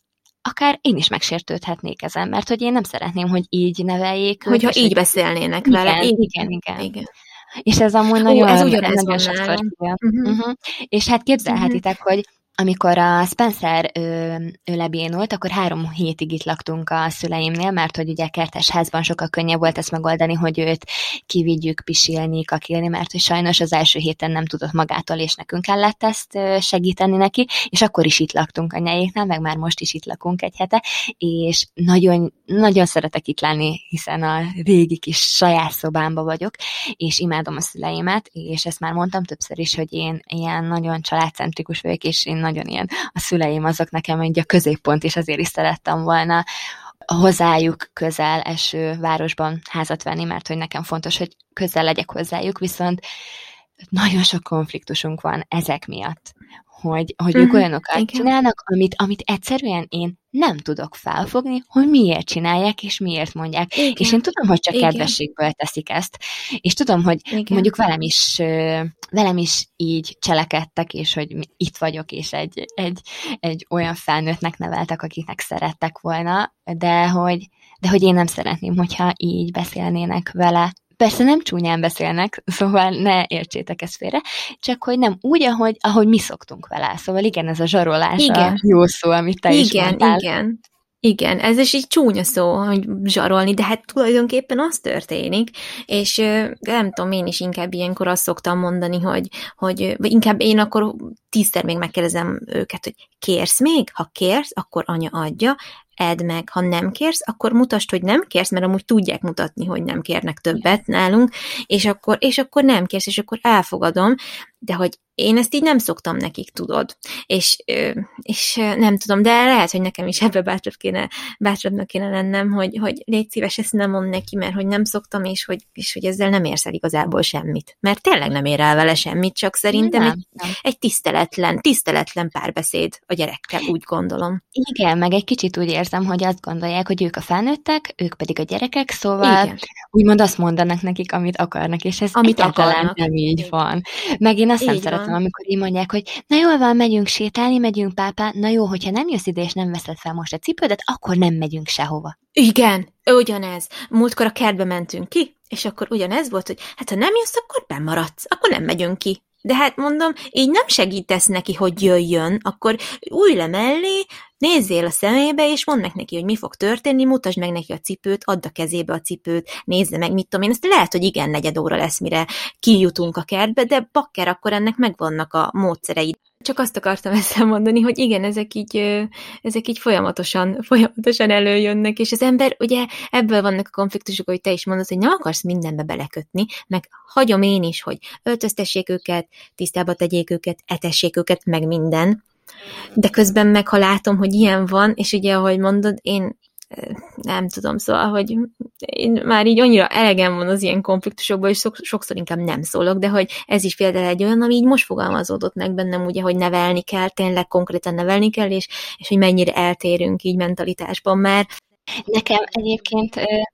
akár én is megsértődhetnék ezen, mert hogy én nem szeretném, hogy így neveljék. Hogyha így beszélnének igen, vele. Igen, igen, igen. igen. És ez amúgy nagyon, ez nagyon sokszor uh-huh. uh-huh. És hát képzelhetitek, uh-huh. hogy amikor a Spencer ő, ő lebénult, akkor három hétig itt laktunk a szüleimnél, mert hogy ugye kertes házban sokkal könnyebb volt ezt megoldani, hogy őt kivigyük pisilni, kakilni, mert hogy sajnos az első héten nem tudott magától, és nekünk kellett ezt segíteni neki, és akkor is itt laktunk anyáéknál, meg már most is itt lakunk egy hete, és nagyon, nagyon szeretek itt lenni, hiszen a régi kis saját szobámba vagyok, és imádom a szüleimet, és ezt már mondtam többször is, hogy én ilyen nagyon családcentrikus vagyok, és én nagyon ilyen, a szüleim azok nekem egy a középpont, és azért is szerettem volna hozzájuk közel eső városban házat venni, mert hogy nekem fontos, hogy közel legyek hozzájuk, viszont nagyon sok konfliktusunk van ezek miatt, hogy, hogy ők olyanokat igen. csinálnak, amit, amit egyszerűen én nem tudok felfogni, hogy miért csinálják, és miért mondják. Igen. És én tudom, hogy csak igen. kedvességből teszik ezt, és tudom, hogy igen. mondjuk velem is, velem is így cselekedtek, és hogy itt vagyok, és egy, egy, egy olyan felnőttnek neveltek, akiknek szerettek volna, de hogy, de hogy én nem szeretném, hogyha így beszélnének vele, persze nem csúnyán beszélnek, szóval ne értsétek ezt félre, csak hogy nem úgy, ahogy, ahogy mi szoktunk vele. Szóval igen, ez a zsarolás igen. a jó szó, amit te igen, is mondtál. Igen, igen. Igen, ez is így csúnya szó, hogy zsarolni, de hát tulajdonképpen az történik, és nem tudom, én is inkább ilyenkor azt szoktam mondani, hogy, hogy vagy inkább én akkor tízszer még megkérdezem őket, hogy kérsz még? Ha kérsz, akkor anya adja, edd meg, ha nem kérsz, akkor mutasd, hogy nem kérsz, mert amúgy tudják mutatni, hogy nem kérnek többet nálunk, és akkor, és akkor nem kérsz, és akkor elfogadom, de hogy én ezt így nem szoktam nekik, tudod. És, és nem tudom, de lehet, hogy nekem is ebbe bátrabb kéne, bátrabbnak kéne lennem, hogy, hogy légy szíves, ezt nem mond neki, mert hogy nem szoktam, és hogy, és hogy ezzel nem érsz el igazából semmit. Mert tényleg nem ér el vele semmit, csak szerintem nem, egy, nem. egy tiszteletlen, tiszteletlen párbeszéd a gyerekkel, úgy gondolom. Igen, meg egy kicsit úgy érzem, hogy azt gondolják, hogy ők a felnőttek, ők pedig a gyerekek, szóval igen. úgymond azt mondanak nekik, amit akarnak, és ez amit egyáltalán akarnak. Nem így van. Meg én azt így nem szeretem, van. Amikor így mondják, hogy na jól van, megyünk sétálni, megyünk pápá, na jó, hogyha nem jössz ide, és nem veszed fel most a cipődet, akkor nem megyünk sehova. Igen, ugyanez. Múltkor a kertbe mentünk ki, és akkor ugyanez volt, hogy hát ha nem jössz, akkor bemaradsz, akkor nem megyünk ki. De hát mondom, így nem segítesz neki, hogy jöjjön, akkor ülj le mellé, nézzél a szemébe, és mondd meg neki, hogy mi fog történni, mutasd meg neki a cipőt, add a kezébe a cipőt, nézze meg, mit tudom én, ezt lehet, hogy igen, negyed óra lesz, mire kijutunk a kertbe, de bakker, akkor ennek megvannak a módszereid. Csak azt akartam ezzel mondani, hogy igen, ezek így, ezek így folyamatosan, folyamatosan előjönnek, és az ember, ugye ebből vannak a konfliktusok, hogy te is mondod, hogy nem akarsz mindenbe belekötni, meg hagyom én is, hogy öltöztessék őket, tisztába tegyék őket, etessék őket, meg minden. De közben meg, ha látom, hogy ilyen van, és ugye, ahogy mondod, én nem tudom, szóval, hogy én már így annyira elegem van az ilyen konfliktusokból, és sokszor inkább nem szólok, de hogy ez is például egy olyan, ami így most fogalmazódott meg bennem, ugye, hogy nevelni kell, tényleg konkrétan nevelni kell, és, és hogy mennyire eltérünk így mentalitásban már. Nekem egyébként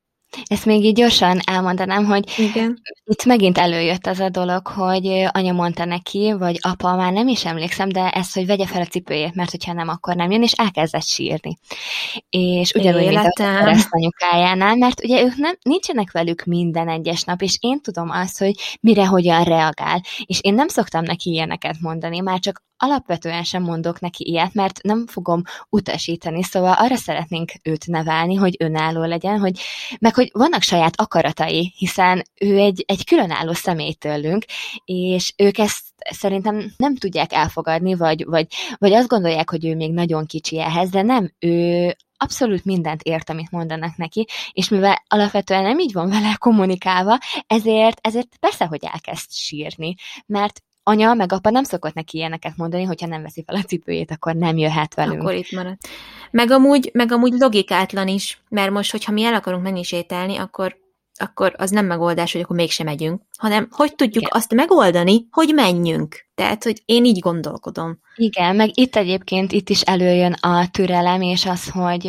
ezt még így gyorsan elmondanám, hogy igen. Itt megint előjött az a dolog, hogy anya mondta neki, vagy apa, már nem is emlékszem, de ez, hogy vegye fel a cipőjét, mert hogyha nem, akkor nem jön, és elkezdett sírni. És ugyanúgy, Életem. mint a keresztanyukájánál, mert ugye ők nem, nincsenek velük minden egyes nap, és én tudom azt, hogy mire hogyan reagál. És én nem szoktam neki ilyeneket mondani, már csak alapvetően sem mondok neki ilyet, mert nem fogom utasítani, szóval arra szeretnénk őt nevelni, hogy önálló legyen, hogy, meg hogy vannak saját akaratai, hiszen ő egy, egy különálló személy tőlünk, és ők ezt szerintem nem tudják elfogadni, vagy, vagy, vagy azt gondolják, hogy ő még nagyon kicsi ehhez, de nem, ő abszolút mindent ért, amit mondanak neki, és mivel alapvetően nem így van vele kommunikálva, ezért, ezért persze, hogy elkezd sírni, mert anya meg apa nem szokott neki ilyeneket mondani, hogyha nem veszi fel a cipőjét, akkor nem jöhet velünk. Akkor itt marad. Meg amúgy, meg amúgy logikátlan is, mert most, hogyha mi el akarunk menni sétálni, akkor, akkor az nem megoldás, hogy akkor mégsem megyünk, hanem hogy tudjuk Igen. azt megoldani, hogy menjünk. Tehát, hogy én így gondolkodom. Igen, meg itt egyébként itt is előjön a türelem, és az, hogy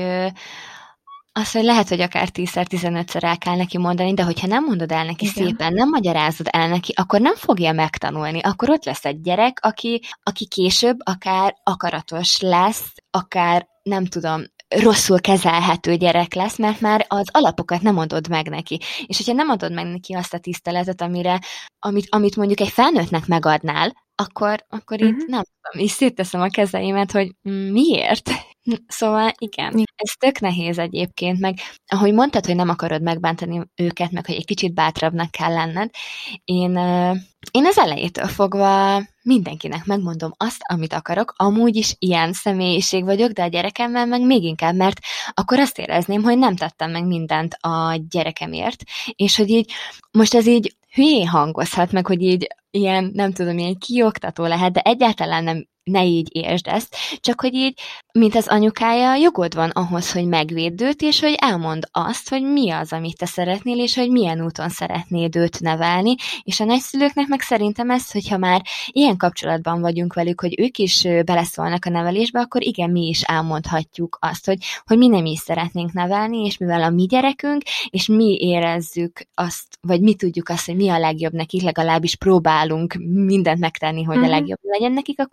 az, hogy lehet, hogy akár tízszer, tizenötször el kell neki mondani, de hogyha nem mondod el neki Igen. szépen, nem magyarázod el neki, akkor nem fogja megtanulni. Akkor ott lesz egy gyerek, aki, aki később akár akaratos lesz, akár nem tudom, rosszul kezelhető gyerek lesz, mert már az alapokat nem adod meg neki. És hogyha nem adod meg neki azt a tiszteletet, amire, amit, amit mondjuk egy felnőttnek megadnál, akkor, akkor uh-huh. itt nem tudom, így szétteszem a kezeimet, hogy miért? Szóval igen, ez tök nehéz egyébként, meg ahogy mondtad, hogy nem akarod megbántani őket, meg hogy egy kicsit bátrabbnak kell lenned, én, én az elejétől fogva mindenkinek megmondom azt, amit akarok, amúgy is ilyen személyiség vagyok, de a gyerekemmel meg még inkább, mert akkor azt érezném, hogy nem tettem meg mindent a gyerekemért, és hogy így, most ez így hülyén hangozhat, meg hogy így ilyen, nem tudom, ilyen kioktató lehet, de egyáltalán nem ne így értsd ezt, csak hogy így, mint az anyukája, jogod van ahhoz, hogy megvédd őt, és hogy elmond azt, hogy mi az, amit te szeretnél, és hogy milyen úton szeretnéd őt nevelni, és a nagyszülőknek meg szerintem ez, hogyha már ilyen kapcsolatban vagyunk velük, hogy ők is beleszólnak a nevelésbe, akkor igen, mi is elmondhatjuk azt, hogy, hogy mi nem is szeretnénk nevelni, és mivel a mi gyerekünk, és mi érezzük azt, vagy mi tudjuk azt, hogy mi a legjobb nekik, legalábbis próbálunk mindent megtenni, hogy mm-hmm. a legjobb legyen nekik, akkor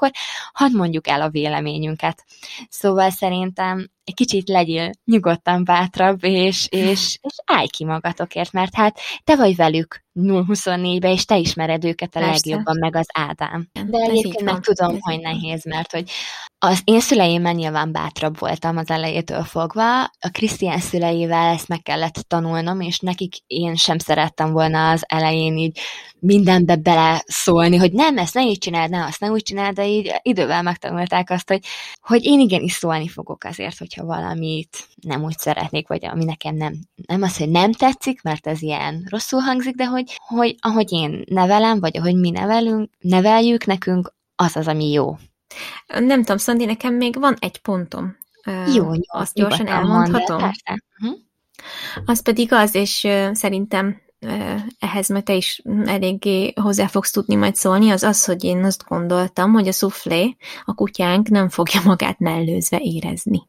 hadd mondjuk el a véleményünket. Szóval szerintem egy kicsit legyél nyugodtan bátrabb, és, és, és állj ki magatokért, mert hát te vagy velük nulla huszonnégybe, és te ismered őket a Persze. legjobban, meg az Ádám. De Ez egyébként így meg van. tudom, Ez hogy így van. nehéz, mert hogy az én szüleimmel nyilván bátrabb voltam az elejétől fogva, a Krisztián szüleivel ezt meg kellett tanulnom, és nekik én sem szerettem volna az elején így mindenbe beleszólni, hogy nem, ezt ne így csináld, ne azt ne úgy csináld, de így idővel megtanulták azt, hogy, hogy én igenis szólni fogok azért, hogyha valamit nem úgy szeretnék, vagy ami nekem nem, nem az, hogy nem tetszik, mert ez ilyen rosszul hangzik, de hogy, hogy ahogy én nevelem, vagy ahogy mi nevelünk, neveljük, nekünk az az, ami jó. Nem tudom, Szandi, nekem még van egy pontom. Jó, jó. Azt gyorsan nyugodtan elmondhatom? mondd el, persze. Uh-huh. Az pedig az, és uh, szerintem uh, ehhez majd te is eléggé hozzá fogsz tudni majd szólni, az az, hogy én azt gondoltam, hogy a Soufflé, a kutyánk nem fogja magát mellőzve érezni.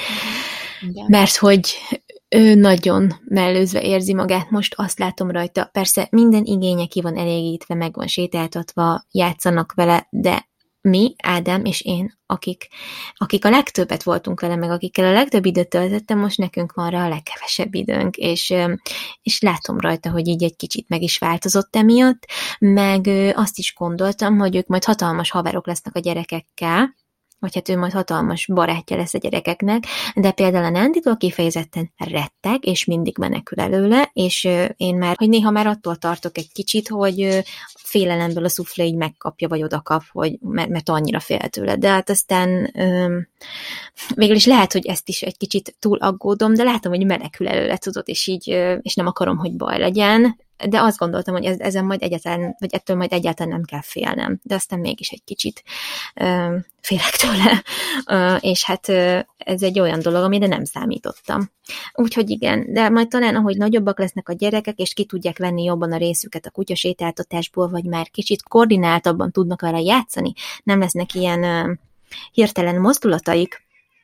Igen. Mert hogy ő nagyon mellőzve érzi magát, most azt látom rajta. Persze minden igénye ki van elégítve, meg van sétáltatva, játszanak vele, de mi, Ádám és én, akik, akik a legtöbbet voltunk vele, meg akikkel a legtöbb időt töltöttem, most nekünk van rá a legkevesebb időnk, és, és látom rajta, hogy így egy kicsit meg is változott emiatt, meg azt is gondoltam, hogy ők majd hatalmas haverok lesznek a gyerekekkel, vagy hát ő majd hatalmas barátja lesz a gyerekeknek, de például a Nánditól kifejezetten retteg, és mindig menekül előle, és én már, hogy néha már attól tartok egy kicsit, hogy félelemből a Soufflé így megkapja, vagy odakap, hogy, mert, mert annyira fél tőle. De hát aztán öm, végül is lehet, hogy ezt is egy kicsit túl aggódom, de látom, hogy menekül előle, tudod, és így, és nem akarom, hogy baj legyen, de azt gondoltam, hogy ez, ezen majd egyáltalán, vagy ettől majd egyáltalán nem kell félnem, de aztán mégis egy kicsit ö, félek tőle, ö, és hát ö, ez egy olyan dolog, amire nem számítottam. Úgyhogy igen, de majd talán, ahogy nagyobbak lesznek a gyerekek, és ki tudják venni jobban a részüket a kutyasétáltatásból, vagy már kicsit koordináltabban tudnak vele játszani, nem lesznek ilyen ö, hirtelen mozdulataik,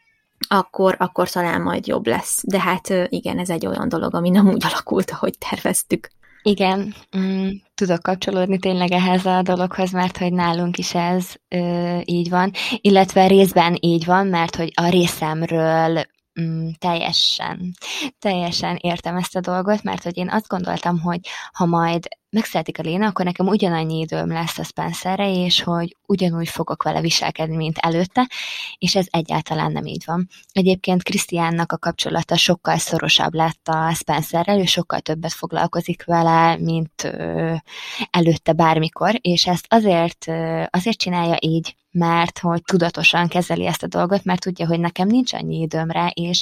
akkor, akkor talán majd jobb lesz. De hát ö, igen, ez egy olyan dolog, ami nem úgy alakult, ahogy terveztük. Igen, mm, tudok kapcsolódni tényleg ehhez a dologhoz, mert hogy nálunk is ez ö, így van, illetve részben így van, mert hogy a részemről mm, teljesen, teljesen értem ezt a dolgot, mert hogy én azt gondoltam, hogy ha majd megszületik a Léna, akkor nekem ugyanannyi időm lesz a Spencerre, és hogy ugyanúgy fogok vele viselkedni, mint előtte, és ez egyáltalán nem így van. Egyébként Krisztiánnak a kapcsolata sokkal szorosabb lett a Spencerrel, ő sokkal többet foglalkozik vele, mint ö, előtte bármikor, és ezt azért, ö, azért csinálja így, mert hogy tudatosan kezeli ezt a dolgot, mert tudja, hogy nekem nincs annyi időm rá, és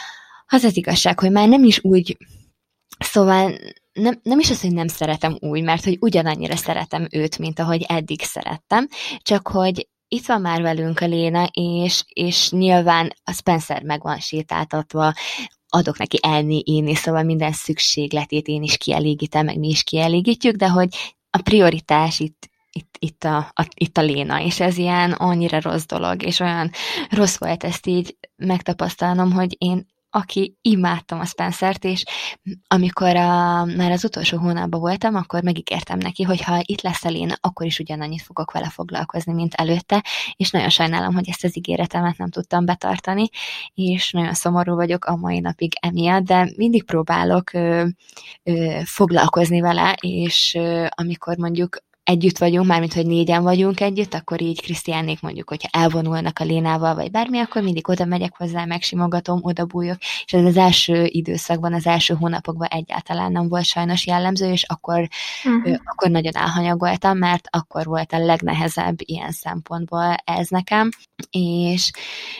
az az igazság, hogy már nem is úgy, szóval nem, nem is az, hogy nem szeretem úgy, mert hogy ugyanannyira szeretem őt, mint ahogy eddig szerettem, csak hogy itt van már velünk a Léna, és, és nyilván a Spencer meg van sétáltatva, adok neki enni, inni, szóval minden szükségletét én is kielégítem, meg mi is kielégítjük, de hogy a prioritás itt Itt, itt, a, a, itt a Léna, és ez ilyen annyira rossz dolog, és olyan rossz volt ezt így megtapasztalnom, hogy én, aki imádtam a Spencert, és amikor a, már az utolsó hónapban voltam, akkor megígértem neki, hogy ha itt lesz a Léna, akkor is ugyanannyit fogok vele foglalkozni, mint előtte, és nagyon sajnálom, hogy ezt az ígéretemet nem tudtam betartani, és nagyon szomorú vagyok a mai napig emiatt, de mindig próbálok ö, ö, foglalkozni vele, és ö, amikor mondjuk együtt vagyunk, mármint, hogy négyen vagyunk együtt, akkor így Krisztiánék mondjuk, hogyha elvonulnak a Lénával, vagy bármi, akkor mindig oda megyek hozzá, megsimogatom, oda bújok, és ez az első időszakban, az első hónapokban egyáltalán nem volt sajnos jellemző, és akkor, uh-huh. ö, akkor nagyon elhanyagoltam, mert akkor volt a legnehezebb ilyen szempontból ez nekem, és,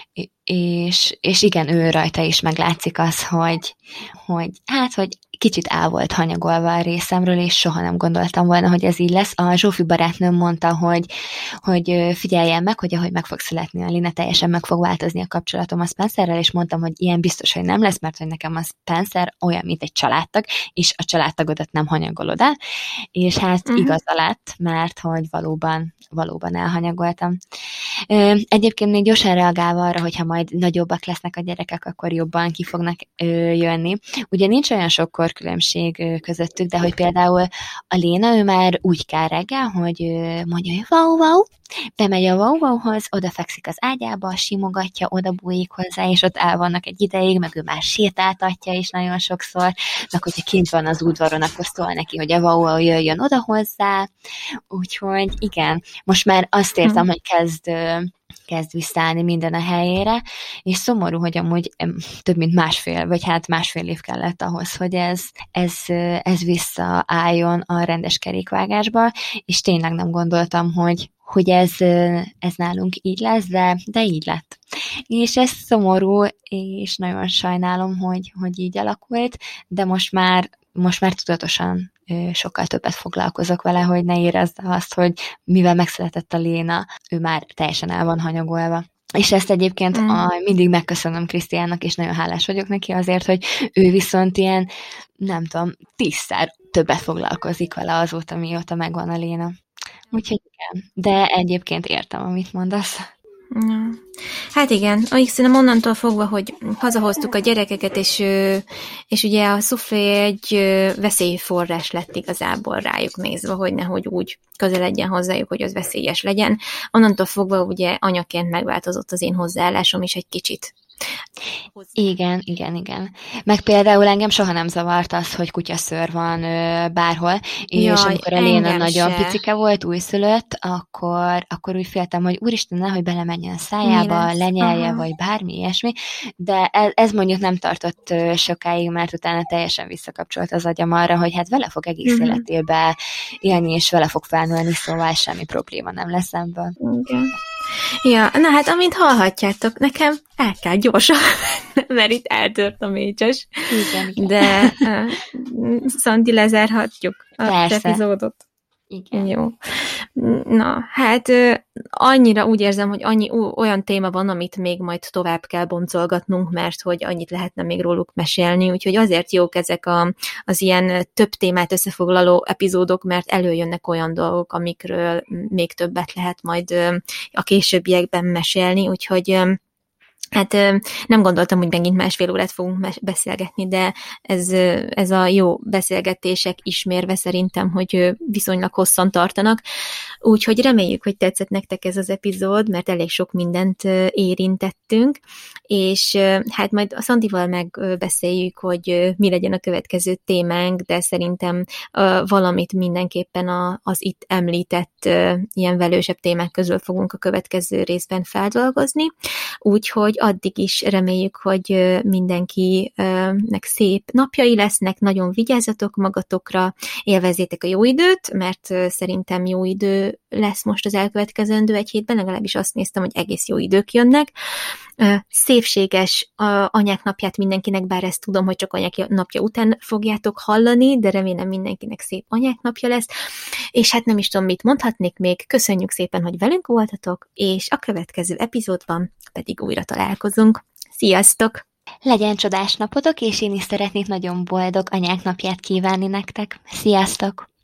és, és igen, ő rajta is meglátszik az, hogy, hogy hát, hogy kicsit el volt hanyagolva a részemről, és soha nem gondoltam volna, hogy ez így lesz. A Zsófi barátnőm mondta, hogy, hogy figyeljen meg, hogy ahogy meg fog születni a Lina, teljesen meg fog változni a kapcsolatom a Spencerrel, és mondtam, hogy ilyen biztos, hogy nem lesz, mert hogy nekem a Spencer olyan, mint egy családtag, és a családtagodat nem hanyagolod el, és hát uh-huh. igaza lett, mert hogy valóban, valóban elhanyagoltam. Egyébként még gyorsan reagálva arra, hogyha majd nagyobbak lesznek a gyerekek, akkor jobban ki fognak jönni. Ugye nincs olyan sok korkülönbség közöttük, de hogy például a Léna, ő már úgy kell reggel, hogy mondja, hogy wow, wow, bemegy a wow-wowhoz, odafekszik az ágyába, simogatja, oda bújik hozzá, és ott el vannak egy ideig, meg ő már sétáltatja is nagyon sokszor, meg hogyha kint van az udvaron, akkor szól neki, hogy a wow-wow jöjjön oda hozzá, úgyhogy igen, most már azt értem, hmm. hogy kezd kezd visszaállni minden a helyére, és szomorú, hogy amúgy több mint másfél, vagy hát másfél év kellett ahhoz, hogy ez, ez, ez visszaálljon a rendes kerékvágásba, és tényleg nem gondoltam, hogy, hogy ez, ez nálunk így lesz, de, de így lett. És ez szomorú, és nagyon sajnálom, hogy, hogy így alakult, de most már, most már tudatosan sokkal többet foglalkozok vele, hogy ne érezze azt, hogy mivel megszületett a Léna, ő már teljesen el van hanyagolva. És ezt egyébként mm. a, mindig megköszönöm Krisztiánnak, és nagyon hálás vagyok neki azért, hogy ő viszont ilyen, nem tudom, tízszer többet foglalkozik vele azóta, mióta megvan a Léna. Úgyhogy igen, de egyébként értem, amit mondasz. Ja. Hát igen, szerintem onnantól fogva, hogy hazahoztuk a gyerekeket, és, és ugye a szuflé egy veszélyforrás lett igazából rájuk nézve, hogy nehogy úgy közeledjen hozzájuk, hogy az veszélyes legyen. Onnantól fogva ugye anyaként megváltozott az én hozzáállásom is egy kicsit. Igen, igen, igen. Meg például engem soha nem zavart az, hogy kutyaszőr van ö, bárhol, és Jaj, amikor a Léna nagyon se. picike volt, újszülött, akkor, akkor úgy féltem, hogy úristen, nehogy belemenjen a szájába, lenyelje, vagy bármi ilyesmi, de ez, ez mondjuk nem tartott ö, sokáig, mert utána teljesen visszakapcsolt az agyam arra, hogy hát vele fog egész uh-huh. életében élni, és vele fog felnőni, szóval semmi probléma nem lesz ebből. Igen. Ja, na hát, amint hallhatjátok, nekem el kell gyorsan, mert itt eltört a mécses. Igen, igen. De uh, Szandi, lezárhatjuk az epizódot. Igen. Jó. Na, hát uh, annyira úgy érzem, hogy annyi uh, olyan téma van, amit még majd tovább kell boncolgatnunk, mert hogy annyit lehetne még róluk mesélni, úgyhogy azért jók ezek a, az ilyen több témát összefoglaló epizódok, mert előjönnek olyan dolgok, amikről még többet lehet majd uh, a későbbiekben mesélni, úgyhogy uh, hát nem gondoltam, hogy megint másfél órát fogunk beszélgetni, de ez, ez a jó beszélgetések ismérve szerintem, hogy viszonylag hosszan tartanak. Úgyhogy reméljük, hogy tetszett nektek ez az epizód, mert elég sok mindent érintettünk, és hát majd a Szandival megbeszéljük, hogy mi legyen a következő témánk, de szerintem valamit mindenképpen az itt említett ilyen velősebb témák közül fogunk a következő részben feldolgozni. Úgyhogy addig is reméljük, hogy mindenkinek szép napjai lesznek, nagyon vigyázzatok magatokra, élvezzétek a jó időt, mert szerintem jó idő lesz most az elkövetkezendő egy hétben, legalábbis azt néztem, hogy egész jó idők jönnek. Szépséges anyák napját mindenkinek, bár ezt tudom, hogy csak anyák napja után fogjátok hallani, de remélem mindenkinek szép anyák napja lesz, és hát nem is tudom, mit mondhatnék még. Köszönjük szépen, hogy velünk voltatok, és a következő epizódban pedig újra találkozunk. Sziasztok! Legyen csodás napotok, és én is szeretnék nagyon boldog anyák napját kívánni nektek. Sziasztok!